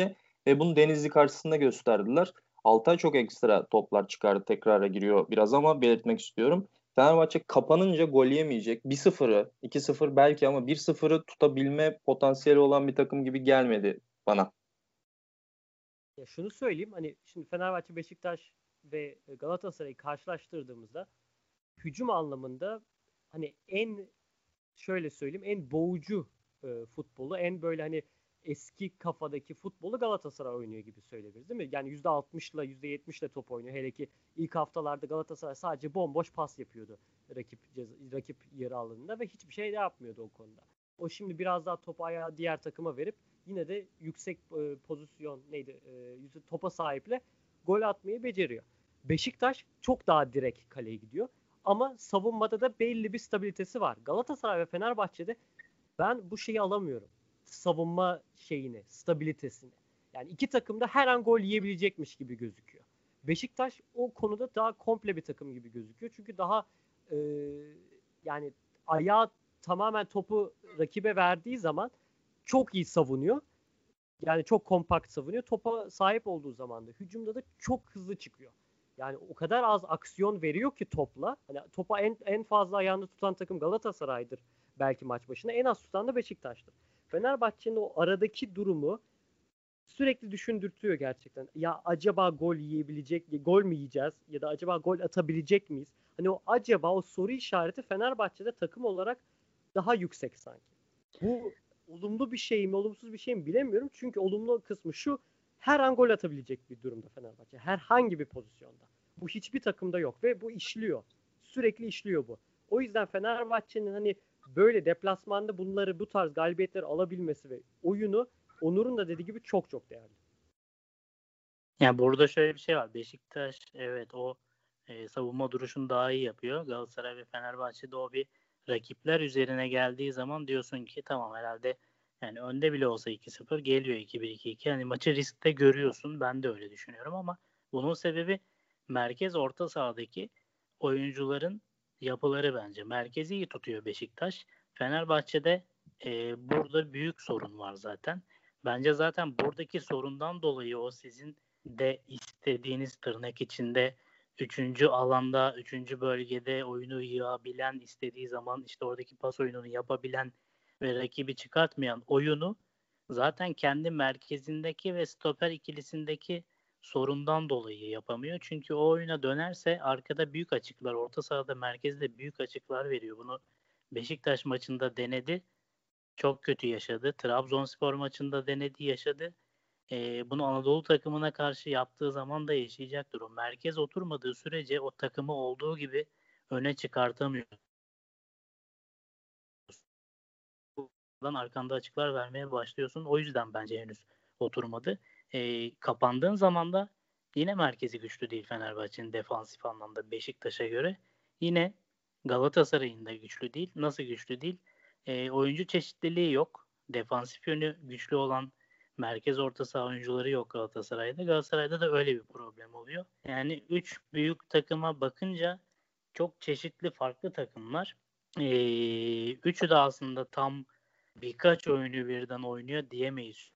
Ve bunu Denizli karşısında gösterdiler. Altay çok ekstra toplar çıkardı, tekrara giriyor biraz ama belirtmek istiyorum. Fenerbahçe kapanınca gol yemeyecek. bir sıfırı, iki sıfır belki ama bir sıfırı tutabilme potansiyeli olan bir takım gibi gelmedi bana. Ya şunu söyleyeyim, hani şimdi Fenerbahçe, Beşiktaş ve Galatasaray'ı karşılaştırdığımızda hücum anlamında hani en, şöyle söyleyeyim, en boğucu e, futbolu, en böyle hani eski kafadaki futbolu Galatasaray oynuyor gibi söyleyebiliriz, değil mi? Yani yüzde altmışla yüzde yetmişle top oynuyor. Hele ki ilk haftalarda Galatasaray sadece bomboş pas yapıyordu rakip ceza- rakip yarı alanında ve hiçbir şey de yapmıyordu o konuda. O şimdi biraz daha topu ayağı diğer takıma verip yine de yüksek e, pozisyon neydi? E, yüzü- topa sahiple gol atmayı beceriyor. Beşiktaş çok daha direkt kaleye gidiyor. Ama savunmada da belli bir stabilitesi var. Galatasaray ve Fenerbahçe'de ben bu şeyi alamıyorum. Savunma şeyini, stabilitesini. Yani iki takım da her an gol yiyebilecekmiş gibi gözüküyor. Beşiktaş o konuda daha komple bir takım gibi gözüküyor. Çünkü daha e, yani ayağı tamamen topu rakibe verdiği zaman çok iyi savunuyor. Yani çok kompakt savunuyor. Topa sahip olduğu zaman da hücumda da çok hızlı çıkıyor. Yani o kadar az aksiyon veriyor ki topla. Hani topa en en fazla ayağında tutan takım Galatasaray'dır belki maç başına. En az tutan da Beşiktaş'tır. Fenerbahçe'nin o aradaki durumu sürekli düşündürtüyor gerçekten. Ya acaba gol yiyebilecek, gol mü yiyeceğiz ya da acaba gol atabilecek miyiz? Hani o acaba, o soru işareti Fenerbahçe'de takım olarak daha yüksek sanki. Bu olumlu bir şey mi, olumsuz bir şey mi bilemiyorum. Çünkü olumlu kısmı şu: her an gol atabilecek bir durumda Fenerbahçe. Herhangi bir pozisyonda. Bu hiçbir takımda yok ve bu işliyor. Sürekli işliyor bu. O yüzden Fenerbahçe'nin hani böyle deplasmanda bunları, bu tarz galibiyetleri alabilmesi ve oyunu, Onur'un da dediği gibi, çok çok değerli. Yani burada şöyle bir şey var. Beşiktaş evet o e, savunma duruşunu daha iyi yapıyor. Galatasaray ve Fenerbahçe'de o bir rakipler üzerine geldiği zaman diyorsun ki tamam herhalde yani önde bile olsa iki sıfır geliyor iki bir iki iki. Yani maçı riskte görüyorsun. Ben de öyle düşünüyorum ama bunun sebebi merkez orta sahadaki oyuncuların yapıları bence. Merkezi iyi tutuyor Beşiktaş. Fenerbahçe'de e, burada büyük sorun var zaten. Bence zaten buradaki sorundan dolayı o sizin de istediğiniz tırnak içinde üçüncü alanda, üçüncü bölgede oyunu yığabilen, istediği zaman işte oradaki pas oyununu yapabilen ve rakibi çıkartmayan oyunu zaten kendi merkezindeki ve stoper ikilisindeki sorundan dolayı yapamıyor. Çünkü o oyuna dönerse arkada büyük açıklar, orta sahada merkezde büyük açıklar veriyor. Bunu Beşiktaş maçında denedi. Çok kötü yaşadı. Trabzonspor maçında denedi, yaşadı. Ee, bunu Anadolu takımına karşı yaptığı zaman da yaşayacaktır. O merkez oturmadığı sürece o takımı olduğu gibi öne çıkartamıyor. Arkanda açıklar vermeye başlıyorsun. O yüzden bence henüz oturmadı. Ee, kapandığın zaman da yine merkezi güçlü değil Fenerbahçe'nin defansif anlamda Beşiktaş'a göre. Yine Galatasaray'ın da güçlü değil. Nasıl güçlü değil? Ee, oyuncu çeşitliliği yok. Defansif yönü güçlü olan merkez orta saha oyuncuları yok Galatasaray'da. Galatasaray'da da öyle bir problem oluyor. Yani üç büyük takıma bakınca çok çeşitli farklı takımlar. Ee, üçü de aslında tam birkaç oyunu birden oynuyor diyemeyiz.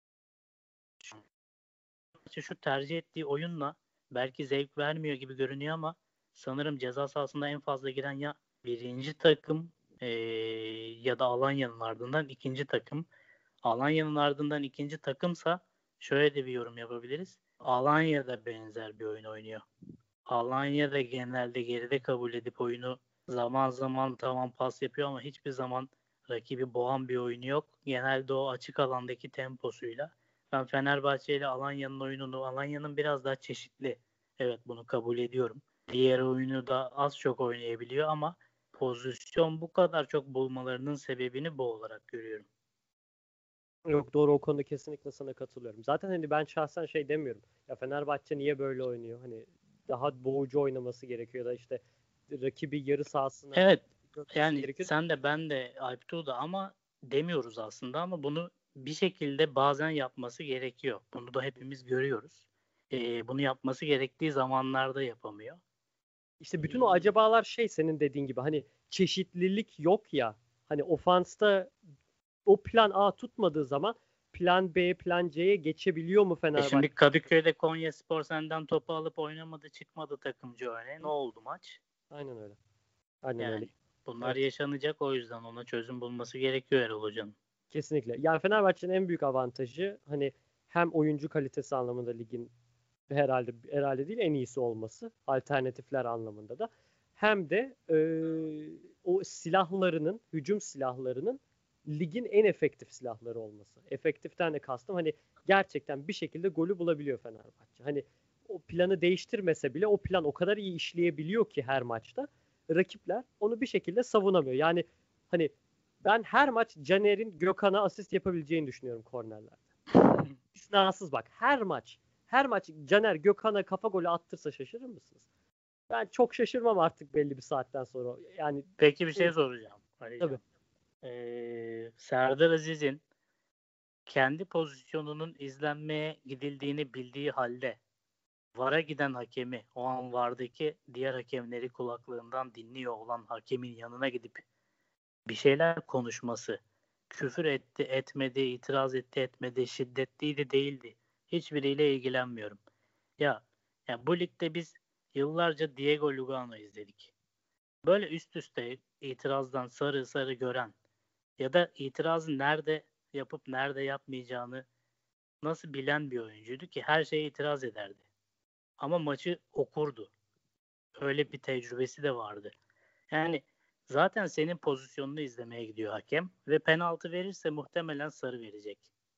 Şu tercih ettiği oyunla belki zevk vermiyor gibi görünüyor ama sanırım ceza sahasında en fazla giren ya birinci takım ee, ya da Alanya'nın ardından ikinci takım. Alanya'nın ardından ikinci takımsa şöyle de bir yorum yapabiliriz. Alanya'da benzer bir oyun oynuyor. Alanya'da genelde geride kabul edip oyunu zaman zaman tamam pas yapıyor ama hiçbir zaman rakibi boğan bir oyunu yok. Genelde o açık alandaki temposuyla. Ben Fenerbahçe ile Alanya'nın oyununu, Alanya'nın biraz daha çeşitli. Evet, bunu kabul ediyorum. Diğer oyunu da az çok oynayabiliyor ama pozisyon bu kadar çok bulmalarının sebebini bu olarak görüyorum. Yok, doğru, o konuda kesinlikle sana katılıyorum. Zaten hani ben şahsen şey demiyorum. Ya Fenerbahçe niye böyle oynuyor? Hani daha boğucu oynaması gerekiyor da işte rakibi yarı sahasına Evet, görmesi yani gerekiyor. sen de ben de Alptu da ama demiyoruz aslında ama bunu bir şekilde bazen yapması gerekiyor. Bunu da hepimiz görüyoruz. Ee, bunu yapması gerektiği zamanlarda yapamıyor. İşte bütün o Ee, acabalar şey, senin dediğin gibi hani çeşitlilik yok ya. Hani ofansta o plan A tutmadığı zaman plan B, plan C'ye geçebiliyor mu E Fenerbahçe? şimdi Kadıköy'de Konyaspor senden topu alıp oynamadı, çıkmadı takımcı öyle. Ne oldu maç? Aynen öyle. Aynen Yani öyle. bunlar Evet. yaşanacak, o yüzden ona çözüm bulması gerekiyor Erol Hoca'nın. Kesinlikle. Yani Fenerbahçe'nin en büyük avantajı hani hem oyuncu kalitesi anlamında ligin herhalde herhalde değil en iyisi olması, alternatifler anlamında da, hem de e, o silahlarının, hücum silahlarının ligin en efektif silahları olması. Efektiften de kastım hani gerçekten bir şekilde golü bulabiliyor Fenerbahçe. Hani o planı değiştirmese bile o plan o kadar iyi işleyebiliyor ki her maçta rakipler onu bir şekilde savunamıyor. Yani hani ben her maç Caner'in Gökhan'a asist yapabileceğini düşünüyorum kornerlerde. İstisnasız bak. Her maç. Her maç Caner Gökhan'a kafa golü attırsa şaşırır mısınız? Ben çok şaşırmam artık belli bir saatten sonra. Yani Peki bir şey soracağım. tabii. Ee, Serdar Aziz'in kendi pozisyonunun izlenmeye gidildiğini bildiği halde VAR'a giden hakemi, o an VAR'daki diğer hakemleri kulaklığından dinliyor olan hakemin yanına gidip bir şeyler konuşması, küfür etti, etmedi, itiraz etti, etmedi, şiddetliydi, değildi. Hiçbiriyle ilgilenmiyorum. Ya, ya bu ligde biz yıllarca Diego Lugano izledik. Böyle üst üste itirazdan sarı sarı gören ya da itirazı nerede yapıp nerede yapmayacağını nasıl bilen bir oyuncuydu ki her şeye itiraz ederdi. Ama maçı okurdu. Öyle bir tecrübesi de vardı. Yani zaten senin pozisyonunu izlemeye gidiyor hakem ve penaltı verirse muhtemelen sarı verecek.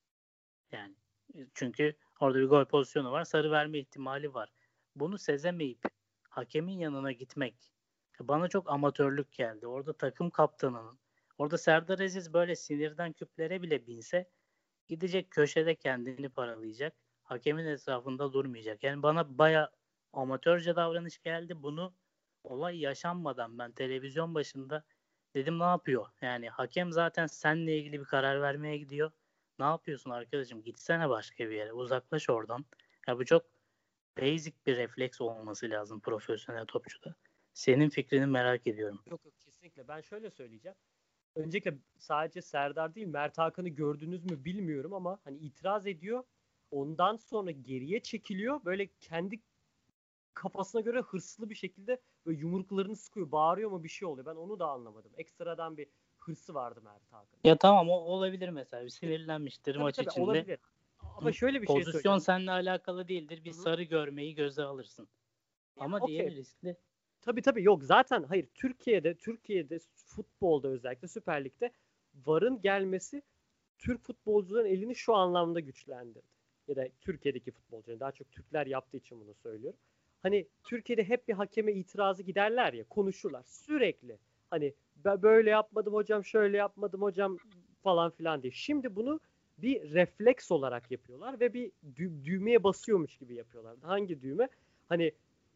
Yani çünkü orada bir gol pozisyonu var, sarı verme ihtimali var. Bunu sezemeyip hakemin yanına gitmek bana çok amatörlük geldi. Orada takım kaptanının, orada Serdar Aziz böyle sinirden küplere bile binse gidecek köşede kendini paralayacak. Hakemin etrafında durmayacak. Yani bana baya amatörce davranış geldi. Bunu olay yaşanmadan ben televizyon başında dedim ne yapıyor? Yani hakem zaten seninle ilgili bir karar vermeye gidiyor. Ne yapıyorsun arkadaşım? Gitsene başka bir yere. Uzaklaş oradan. Ya bu çok basic bir refleks olması lazım profesyonel topçuda. Senin fikrini merak ediyorum. Yok yok kesinlikle. Ben şöyle söyleyeceğim. Öncelikle sadece Serdar değil Mert Hakan'ı gördünüz mü bilmiyorum ama hani itiraz ediyor. Ondan sonra geriye çekiliyor. Böyle kendi kafasına göre hırslı bir şekilde böyle yumruklarını sıkıyor. Bağırıyor mu bir şey oluyor. Ben onu da anlamadım. Ekstradan bir hırsı vardı Mert Hakan'ın. Ya tamam, o olabilir mesela. Bir sinirlenmiştir Tabii maç tabii içinde. olabilir. Ama şöyle bir şey Pozisyon söyleyeceğim. seninle alakalı değildir. Bir Hı hı. sarı görmeyi göze alırsın. Ya, Ama okey. diğeri riskli. Tabii tabii yok zaten hayır Türkiye'de Türkiye'de futbolda özellikle Süper Lig'de VAR'ın gelmesi Türk futbolcuların elini şu anlamda güçlendirdi. Ya da Türkiye'deki futbolcuların daha çok Türkler yaptığı için bunu söylüyorum. Hani Türkiye'de hep bir hakeme itirazı giderler ya konuşurlar sürekli. Hani ben böyle yapmadım hocam şöyle yapmadım hocam falan filan diye. Şimdi bunu bir refleks olarak yapıyorlar ve bir dü- düğmeye basıyormuş gibi yapıyorlar. Hangi düğme? Hani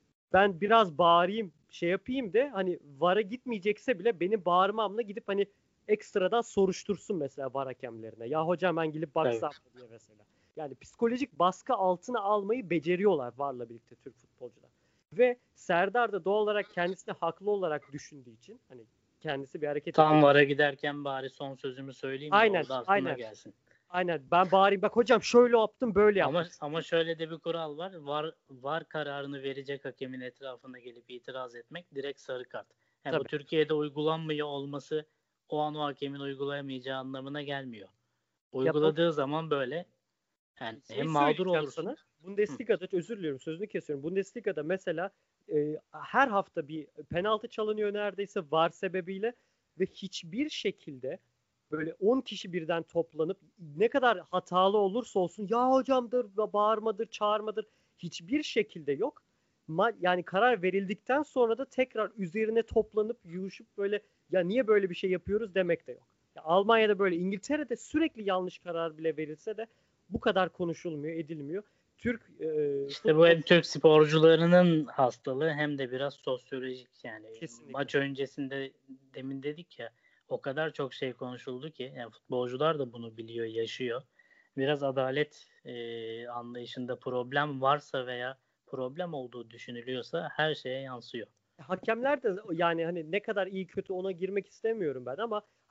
ben biraz bağırayım şey yapayım de hani VAR'a gitmeyecekse bile benim bağırmamla gidip hani ekstradan soruştursun mesela VAR hakemlerine. Ya hocam ben gelip baksam mı diye mesela. Yani psikolojik baskı altına almayı beceriyorlar VAR'la birlikte Türk futbolcular. Ve Serdar da doğal olarak kendisini haklı olarak düşündüğü için hani kendisi bir hareket Tam ediyor. VAR'a giderken bari son sözümü söyleyeyim de Aynen orada aklına aynen. gelsin. Aynen ben bağırayım bak hocam şöyle yaptım böyle yaptım. Ama ama şöyle de bir kural var. VAR VAR kararını verecek hakemin etrafına gelip itiraz etmek direkt sarı kart. Yani bu Tabii. Türkiye'de uygulanmıyor olması o an o hakemin uygulayamayacağı anlamına gelmiyor. Ya bak Uyguladığı zaman böyle yani şey hem mağdur söyleyeceğim olursun. sana. Bundesliga'da özür diliyorum sözünü kesiyorum. Bundesliga'da mesela e, her hafta bir penaltı çalınıyor neredeyse VAR sebebiyle ve hiçbir şekilde böyle on kişi birden toplanıp ne kadar hatalı olursa olsun ya hocamdır, bağırmadır, çağırmadır hiçbir şekilde yok. Ma- yani karar verildikten sonra da tekrar üzerine toplanıp yuşup böyle ya niye böyle bir şey yapıyoruz demek de yok. Ya Almanya'da böyle İngiltere'de sürekli yanlış karar bile verilse de bu kadar konuşulmuyor, edilmiyor. Türk e, İşte bu futbol hem Türk sporcularının hastalığı hem de biraz sosyolojik yani. kesinlikle. Maç öncesinde demin dedik ya, o kadar çok şey konuşuldu ki yani futbolcular da bunu biliyor, yaşıyor. Biraz adalet e, anlayışında problem varsa veya problem olduğu düşünülüyorsa her şeye yansıyor. Hakemler de yani hani ne kadar iyi kötü ona girmek istemiyorum ben ama hani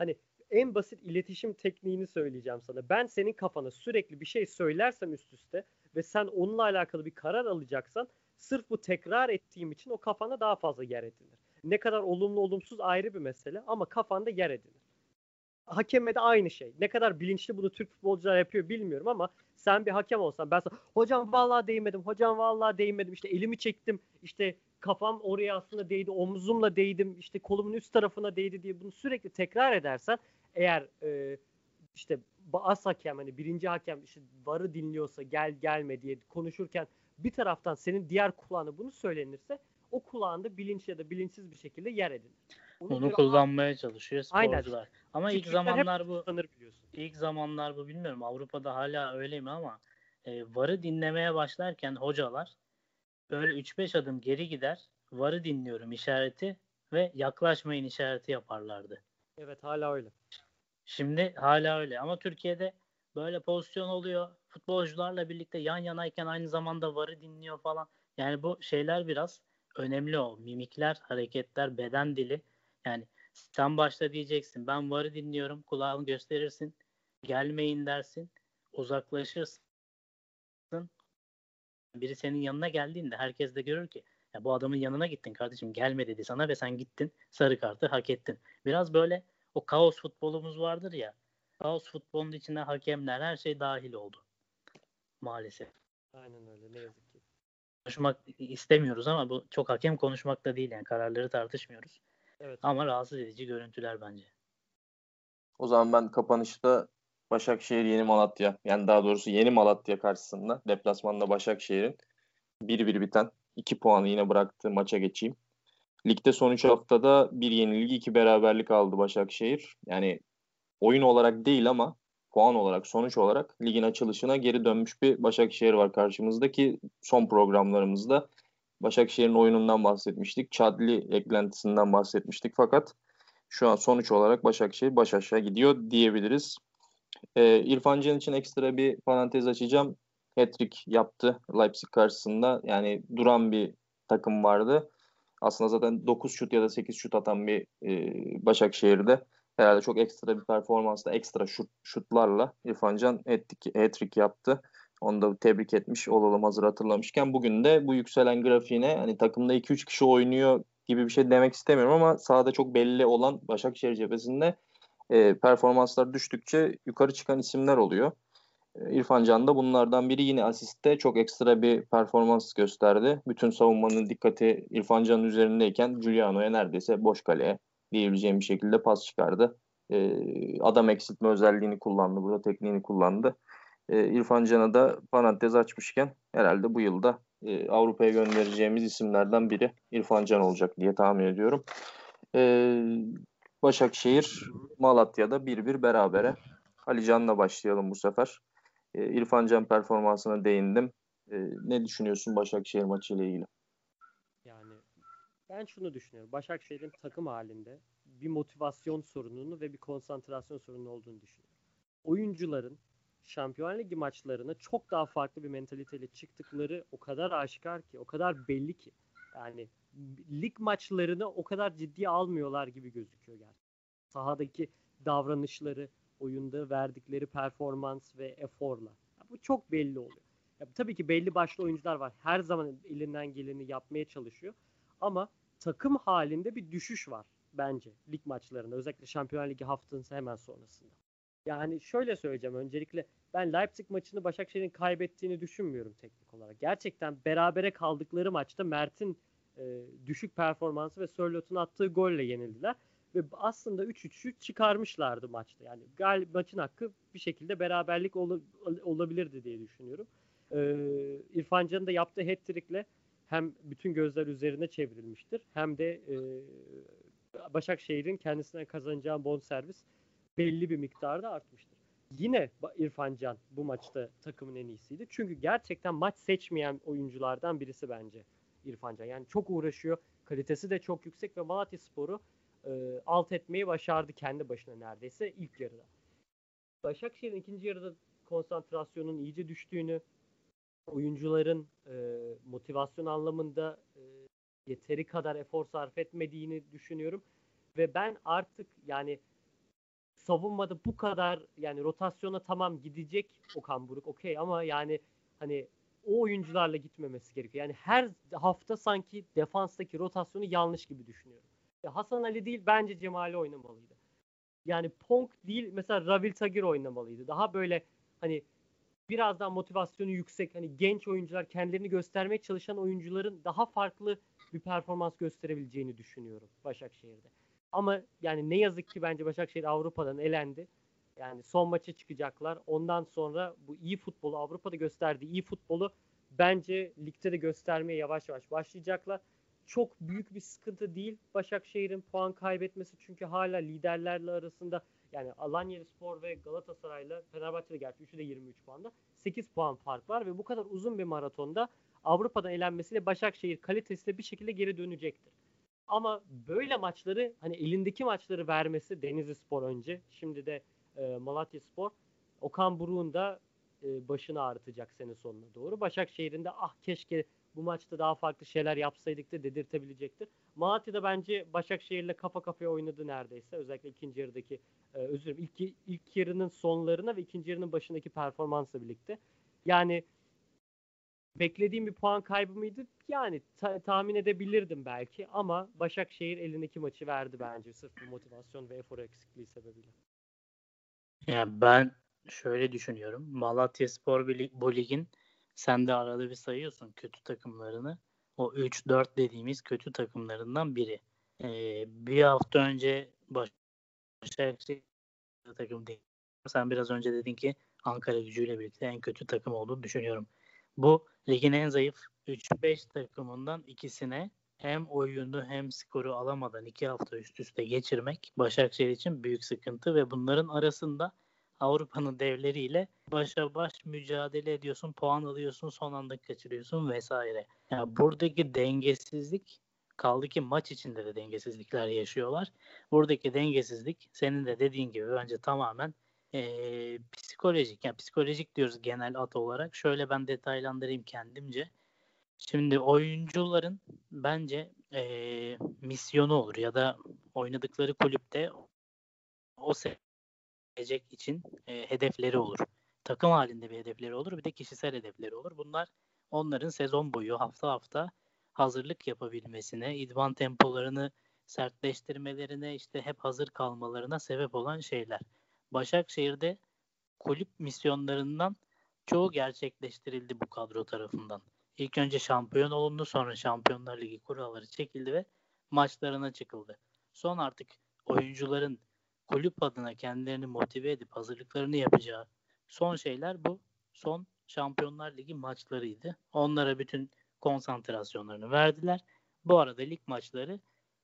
en basit iletişim tekniğini söyleyeceğim sana. Ben senin kafana sürekli bir şey söylersem üst üste ve sen onunla alakalı bir karar alacaksan sırf bu tekrar ettiğim için o kafana daha fazla yer edinir. Ne kadar olumlu olumsuz ayrı bir mesele ama kafanda yer edinir. Hakeme de aynı şey. Ne kadar bilinçli bunu Türk futbolcular yapıyor bilmiyorum ama sen bir hakem olsan ben sana hocam vallahi değmedim, hocam vallahi değmedim, işte elimi çektim, işte kafam oraya aslında değdi, omzumla değdim, işte kolumun üst tarafına değdi diye bunu sürekli tekrar edersen eğer e, işte as hakem hani birinci hakem işte varı dinliyorsa gel gelme diye konuşurken bir taraftan senin diğer kulağına bunu söylenirse o kulağında bilinçli ya da bilinçsiz bir şekilde yer edinir. Ona Onu göre kullanmaya çalışıyor aynen sporcular. Ama ilk küçükler hep zamanlar bu kullanır biliyorsun. ilk zamanlar bu bilmiyorum Avrupa'da hala öyle mi ama e, varı dinlemeye başlarken hocalar böyle üç beş adım geri gider, varı dinliyorum işareti ve yaklaşmayın işareti yaparlardı. Evet hala öyle. Şimdi hala öyle ama Türkiye'de böyle pozisyon oluyor. Futbolcularla birlikte yan yanayken aynı zamanda varı dinliyor falan. Yani bu şeyler biraz önemli o. Mimikler, hareketler, beden dili. Yani sen başta diyeceksin ben varı dinliyorum, kulağını gösterirsin. Gelmeyin dersin, uzaklaşırsın. Biri senin yanına geldiğinde herkes de görür ki ya bu adamın yanına gittin kardeşim gelme dedi sana ve sen gittin sarı kartı hak ettin. Biraz böyle o kaos futbolumuz vardır ya. Kaos futbolun içine hakemler her şey dahil oldu maalesef. Aynen öyle ne yazık ki. Konuşmak istemiyoruz ama bu çok hakem konuşmak da değil yani kararları tartışmıyoruz. Evet. Ama rahatsız edici görüntüler bence. O zaman ben kapanışta Başakşehir Yeni Malatya, yani daha doğrusu Yeni Malatya karşısında deplasmanda Başakşehir'in bir bir biten iki puanı yine bıraktığı maça geçeyim. Ligde son üç haftada bir yenilgi iki beraberlik aldı Başakşehir. Yani oyun olarak değil ama puan olarak, sonuç olarak ligin açılışına geri dönmüş bir Başakşehir var karşımızdaki. Son programlarımızda Başakşehir'in oyunundan bahsetmiştik. Chadli eklentisinden bahsetmiştik fakat şu an sonuç olarak Başakşehir baş aşağı gidiyor diyebiliriz. Ee, İrfan Can için ekstra bir parantez açacağım. Hat-trick yaptı Leipzig karşısında. Yani duran bir takım vardı. Aslında zaten dokuz şut ya da sekiz şut atan bir e, Başakşehir'de herhalde çok ekstra bir performansla, ekstra şut, şutlarla İrfan Can hat-trick yaptı. Onu da tebrik etmiş olalım hazır hatırlamışken. Bugün de bu yükselen grafiğine hani takımda iki üç kişi oynuyor gibi bir şey demek istemiyorum ama sahada çok belli olan Başakşehir cephesinde e, performanslar düştükçe yukarı çıkan isimler oluyor. E, İrfan Can da bunlardan biri, yine asiste çok ekstra bir performans gösterdi. Bütün savunmanın dikkati İrfan Can'ın üzerindeyken Giuliano'ya neredeyse boş kaleye diyebileceğim bir şekilde pas çıkardı. E, adam eksiltme özelliğini kullandı, burada tekniğini kullandı. E, İrfan Can'a da parantez açmışken herhalde bu yılda e, Avrupa'ya göndereceğimiz isimlerden biri İrfan Can olacak diye tahmin ediyorum. E, Başakşehir Malatya'da bir bir berabere. Ali Can'la başlayalım bu sefer. E, İrfan Can performansına değindim. E, ne düşünüyorsun Başakşehir maçı ile ilgili? Yani ben şunu düşünüyorum. Başakşehir'in takım halinde bir motivasyon sorununu ve bir konsantrasyon sorunu olduğunu düşünüyorum. Oyuncuların Şampiyonlar Ligi maçlarına çok daha farklı bir mentaliteyle çıktıkları o kadar aşikar ki, o kadar belli ki. Yani lig maçlarını o kadar ciddiye almıyorlar gibi gözüküyor gerçekten. Sahadaki davranışları, oyunda verdikleri performans ve eforla. Ya bu çok belli oluyor. Ya tabii ki belli başlı oyuncular var. Her zaman elinden geleni yapmaya çalışıyor. Ama takım halinde bir düşüş var bence lig maçlarında. Özellikle Şampiyonlar Ligi haftanın hemen sonrasında. Yani şöyle söyleyeceğim öncelikle ben Leipzig maçını Başakşehir'in kaybettiğini düşünmüyorum teknik olarak. Gerçekten berabere kaldıkları maçta Mert'in e, düşük performansı ve Sörlot'un attığı golle yenildiler. Ve aslında üç üçü çıkarmışlardı maçta. Yani gal maçın hakkı bir şekilde beraberlik ol olabilirdi diye düşünüyorum. Ee, İrfan Can'ın da yaptığı hat-trick'le hem bütün gözler üzerine çevrilmiştir hem de e, Başakşehir'in kendisine kazanacağı bonservis belli bir miktarda artmıştır. Yine İrfan Can bu maçta takımın en iyisiydi. Çünkü gerçekten maç seçmeyen oyunculardan birisi bence İrfan Can. Yani çok uğraşıyor. Kalitesi de çok yüksek ve Malatyaspor'u e, alt etmeyi başardı kendi başına neredeyse ilk yarıda. Başakşehir'in ikinci yarıda konsantrasyonun iyice düştüğünü, oyuncuların e, motivasyon anlamında e, yeteri kadar efor sarf etmediğini düşünüyorum. Ve ben artık yani savunmada bu kadar yani rotasyona tamam gidecek Okan Buruk okey ama yani hani o oyuncularla gitmemesi gerekiyor. Yani her hafta sanki defanstaki rotasyonu yanlış gibi düşünüyorum. Ya Hasan Ali değil bence Cemali oynamalıydı. Yani Pong değil mesela Ravil Tagir oynamalıydı. Daha böyle hani biraz daha motivasyonu yüksek hani genç oyuncular kendilerini göstermeye çalışan oyuncuların daha farklı bir performans gösterebileceğini düşünüyorum Başakşehir'de. Ama yani ne yazık ki bence Başakşehir Avrupa'dan elendi. Yani son maça çıkacaklar. Ondan sonra bu iyi futbolu Avrupa'da gösterdiği iyi futbolu bence ligde de göstermeye yavaş yavaş başlayacaklar. Çok büyük bir sıkıntı değil Başakşehir'in puan kaybetmesi çünkü hala liderlerle arasında yani Alanyaspor ve Galatasaray'la Fenerbahçe'de gerçi üçü de yirmi üç puanda sekiz puan fark var ve bu kadar uzun bir maratonda Avrupa'dan elenmesiyle Başakşehir kalitesiyle bir şekilde geri dönecektir. Ama böyle maçları hani elindeki maçları vermesi Denizlispor önce şimdi de e, Malatyaspor Okan Buruk'un da e, başını ağrıtacak sene sonuna doğru. Başakşehir'in de ah keşke bu maçta daha farklı şeyler yapsaydık da dedirtebilecektir. Malatya'da bence Başakşehir'le kafa kafaya oynadı neredeyse. Özellikle ikinci yarıdaki e, özür dilerim ilk, ilk yarının sonlarına ve ikinci yarının başındaki performansla birlikte. Yani beklediğim bir puan kaybı mıydı? Yani ta- tahmin edebilirdim belki ama Başakşehir elindeki maçı verdi bence sırf bu motivasyon ve efor eksikliği sebebiyle. Yani ben şöyle düşünüyorum. Malatyaspor bir lig- bu ligin sen de arada bir sayıyorsun kötü takımlarını. O üç dört dediğimiz kötü takımlarından biri. Ee, bir hafta önce Başakşehir takım değil. Sen biraz önce dedin ki Ankara Gücü'yle birlikte en kötü takım olduğunu düşünüyorum. Bu ligin en zayıf üç beş takımından ikisine hem oyunu hem skoru alamadan iki hafta üst üste geçirmek Başakşehir için büyük sıkıntı ve bunların arasında Avrupa'nın devleriyle başa baş mücadele ediyorsun, puan alıyorsun, son anda kaçırıyorsun vesaire. Yani buradaki dengesizlik kaldı ki maç içinde de dengesizlikler yaşıyorlar. Buradaki dengesizlik senin de dediğin gibi bence tamamen e, psikolojik. Yani psikolojik diyoruz genel ad olarak. Şöyle ben detaylandırayım kendimce. Şimdi oyuncuların bence e, misyonu olur ya da oynadıkları kulüpte o gelecek için e, hedefleri olur. Takım halinde bir hedefleri olur, bir de kişisel hedefleri olur. Bunlar onların sezon boyu hafta hafta hazırlık yapabilmesine, idman tempolarını sertleştirmelerine, işte hep hazır kalmalarına sebep olan şeyler. Başakşehir'de kulüp misyonlarından çoğu gerçekleştirildi bu kadro tarafından. İlk önce şampiyon olundu, sonra Şampiyonlar Ligi kuralları çekildi ve maçlarına çıkıldı. Son artık oyuncuların kulüp adına kendilerini motive edip hazırlıklarını yapacağı son şeyler bu son Şampiyonlar Ligi maçlarıydı. Onlara bütün konsantrasyonlarını verdiler. Bu arada lig maçları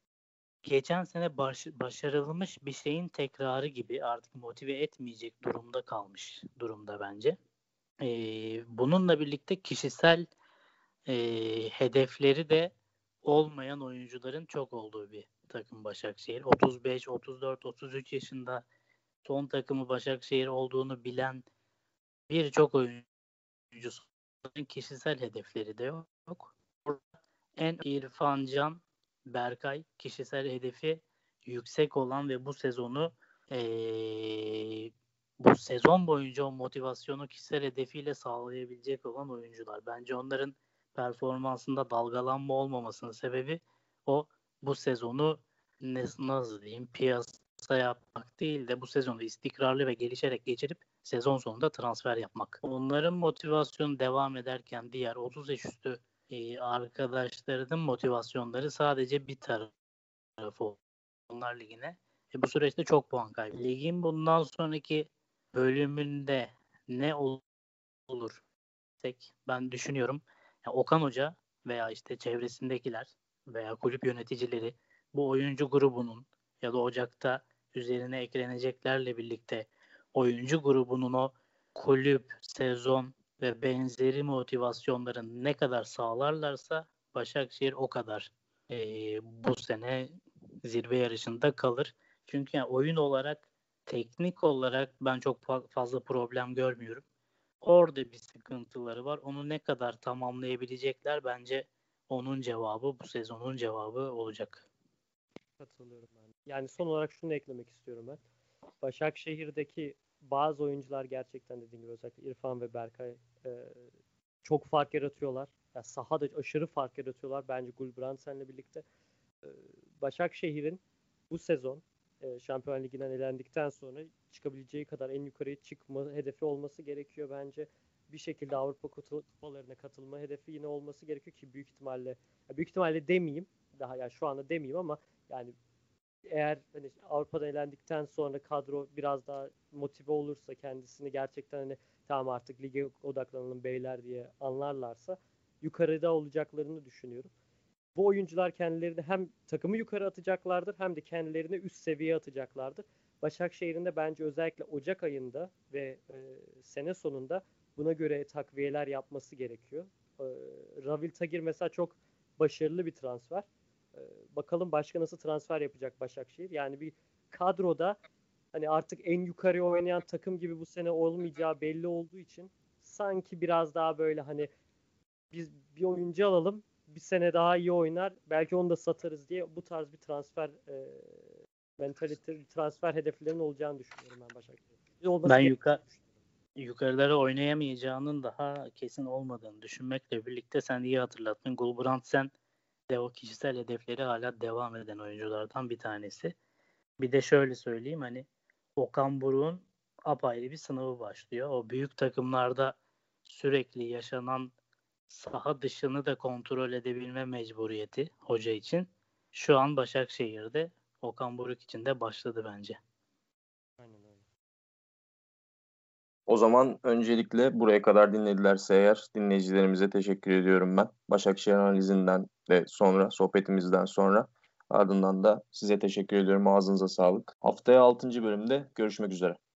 geçen sene baş, başarılmış bir şeyin tekrarı gibi artık motive etmeyecek durumda kalmış durumda bence. Ee, bununla birlikte kişisel e, hedefleri de olmayan oyuncuların çok olduğu bir takım Başakşehir. otuz beş, otuz dört, otuz üç yaşında son takımı Başakşehir olduğunu bilen birçok oyuncusunun kişisel hedefleri de yok. En İrfan Can, Berkay kişisel hedefi yüksek olan ve bu sezonu ee, bu sezon boyunca o motivasyonu kişisel hedefiyle sağlayabilecek olan oyuncular. Bence onların performansında dalgalanma olmamasının sebebi o bu sezonu ne, nasıl diyeyim piyasa yapmak değil de bu sezonu istikrarlı ve gelişerek geçirip sezon sonunda transfer yapmak. Onların motivasyonu devam ederken diğer otuz yaş üstü e, arkadaşlarının motivasyonları sadece bir tarafı onlar ligine. E, bu süreçte çok puan kaybı. Ligin bundan sonraki bölümünde ne olur tek ben düşünüyorum. Yani Okan Hoca veya işte çevresindekiler veya kulüp yöneticileri bu oyuncu grubunun ya da Ocak'ta üzerine ekleneceklerle birlikte oyuncu grubunun o kulüp, sezon ve benzeri motivasyonların ne kadar sağlarlarsa Başakşehir o kadar e, bu sene zirve yarışında kalır. Çünkü yani oyun olarak, teknik olarak ben çok fazla problem görmüyorum. Orada bir sıkıntıları var. Onu ne kadar tamamlayabilecekler bence onun cevabı bu sezonun cevabı olacak. Katılıyorum ben. Yani son olarak şunu eklemek istiyorum ben. Başakşehir'deki bazı oyuncular gerçekten dediğim gibi özellikle İrfan ve Berkay e, çok fark yaratıyorlar. Yani sahada aşırı fark yaratıyorlar bence Gulbrandsen'le birlikte. E, Başakşehir'in bu sezon e, Şampiyonlar Ligi'nden elendikten sonra çıkabileceği kadar en yukarıya çıkma hedefi olması gerekiyor bence. Bir şekilde Avrupa kupalarına katılma hedefi yine olması gerekiyor ki büyük ihtimalle büyük ihtimalle demeyeyim daha yani şu anda demeyeyim ama yani eğer hani Avrupa'da elendikten sonra kadro biraz daha motive olursa kendisini gerçekten hani tamam artık lige odaklanalım beyler diye anlarlarsa yukarıda olacaklarını düşünüyorum. Bu oyuncular kendilerini hem takımı yukarı atacaklardır hem de kendilerini üst seviyeye atacaklardır. Başakşehir'in de bence özellikle Ocak ayında ve e, sene sonunda buna göre takviyeler yapması gerekiyor. E, Ravil Tagir mesela çok başarılı bir transfer. E, bakalım başka nasıl transfer yapacak Başakşehir. Yani bir kadroda hani artık en yukarıya oynayan takım gibi bu sene olmayacağı belli olduğu için sanki biraz daha böyle hani biz bir oyuncu alalım bir sene daha iyi oynar belki onu da satarız diye bu tarz bir transfer e, mentalite transfer hedeflerinin olacağını düşünüyorum ben Başakşehir'in. Olması Ben gerektiğini yuka, düşünüyorum. yukarılara oynayamayacağının daha kesin olmadığını düşünmekle birlikte sen iyi hatırlattın. Gulbrandsen de o kişisel hedefleri hala devam eden oyunculardan bir tanesi. Bir de şöyle söyleyeyim hani Okan Buruk'un apayrı bir sınavı başlıyor. O büyük takımlarda sürekli yaşanan saha dışını da kontrol edebilme mecburiyeti hoca için. Şu an Başakşehir'de Okan Buruk için de başladı bence. Aynen öyle. O zaman öncelikle buraya kadar dinledilerse eğer dinleyicilerimize teşekkür ediyorum ben. Başakşehir analizinden de sonra, sohbetimizden sonra ardından da size teşekkür ediyorum. Ağzınıza sağlık. Haftaya altıncı bölümde görüşmek üzere.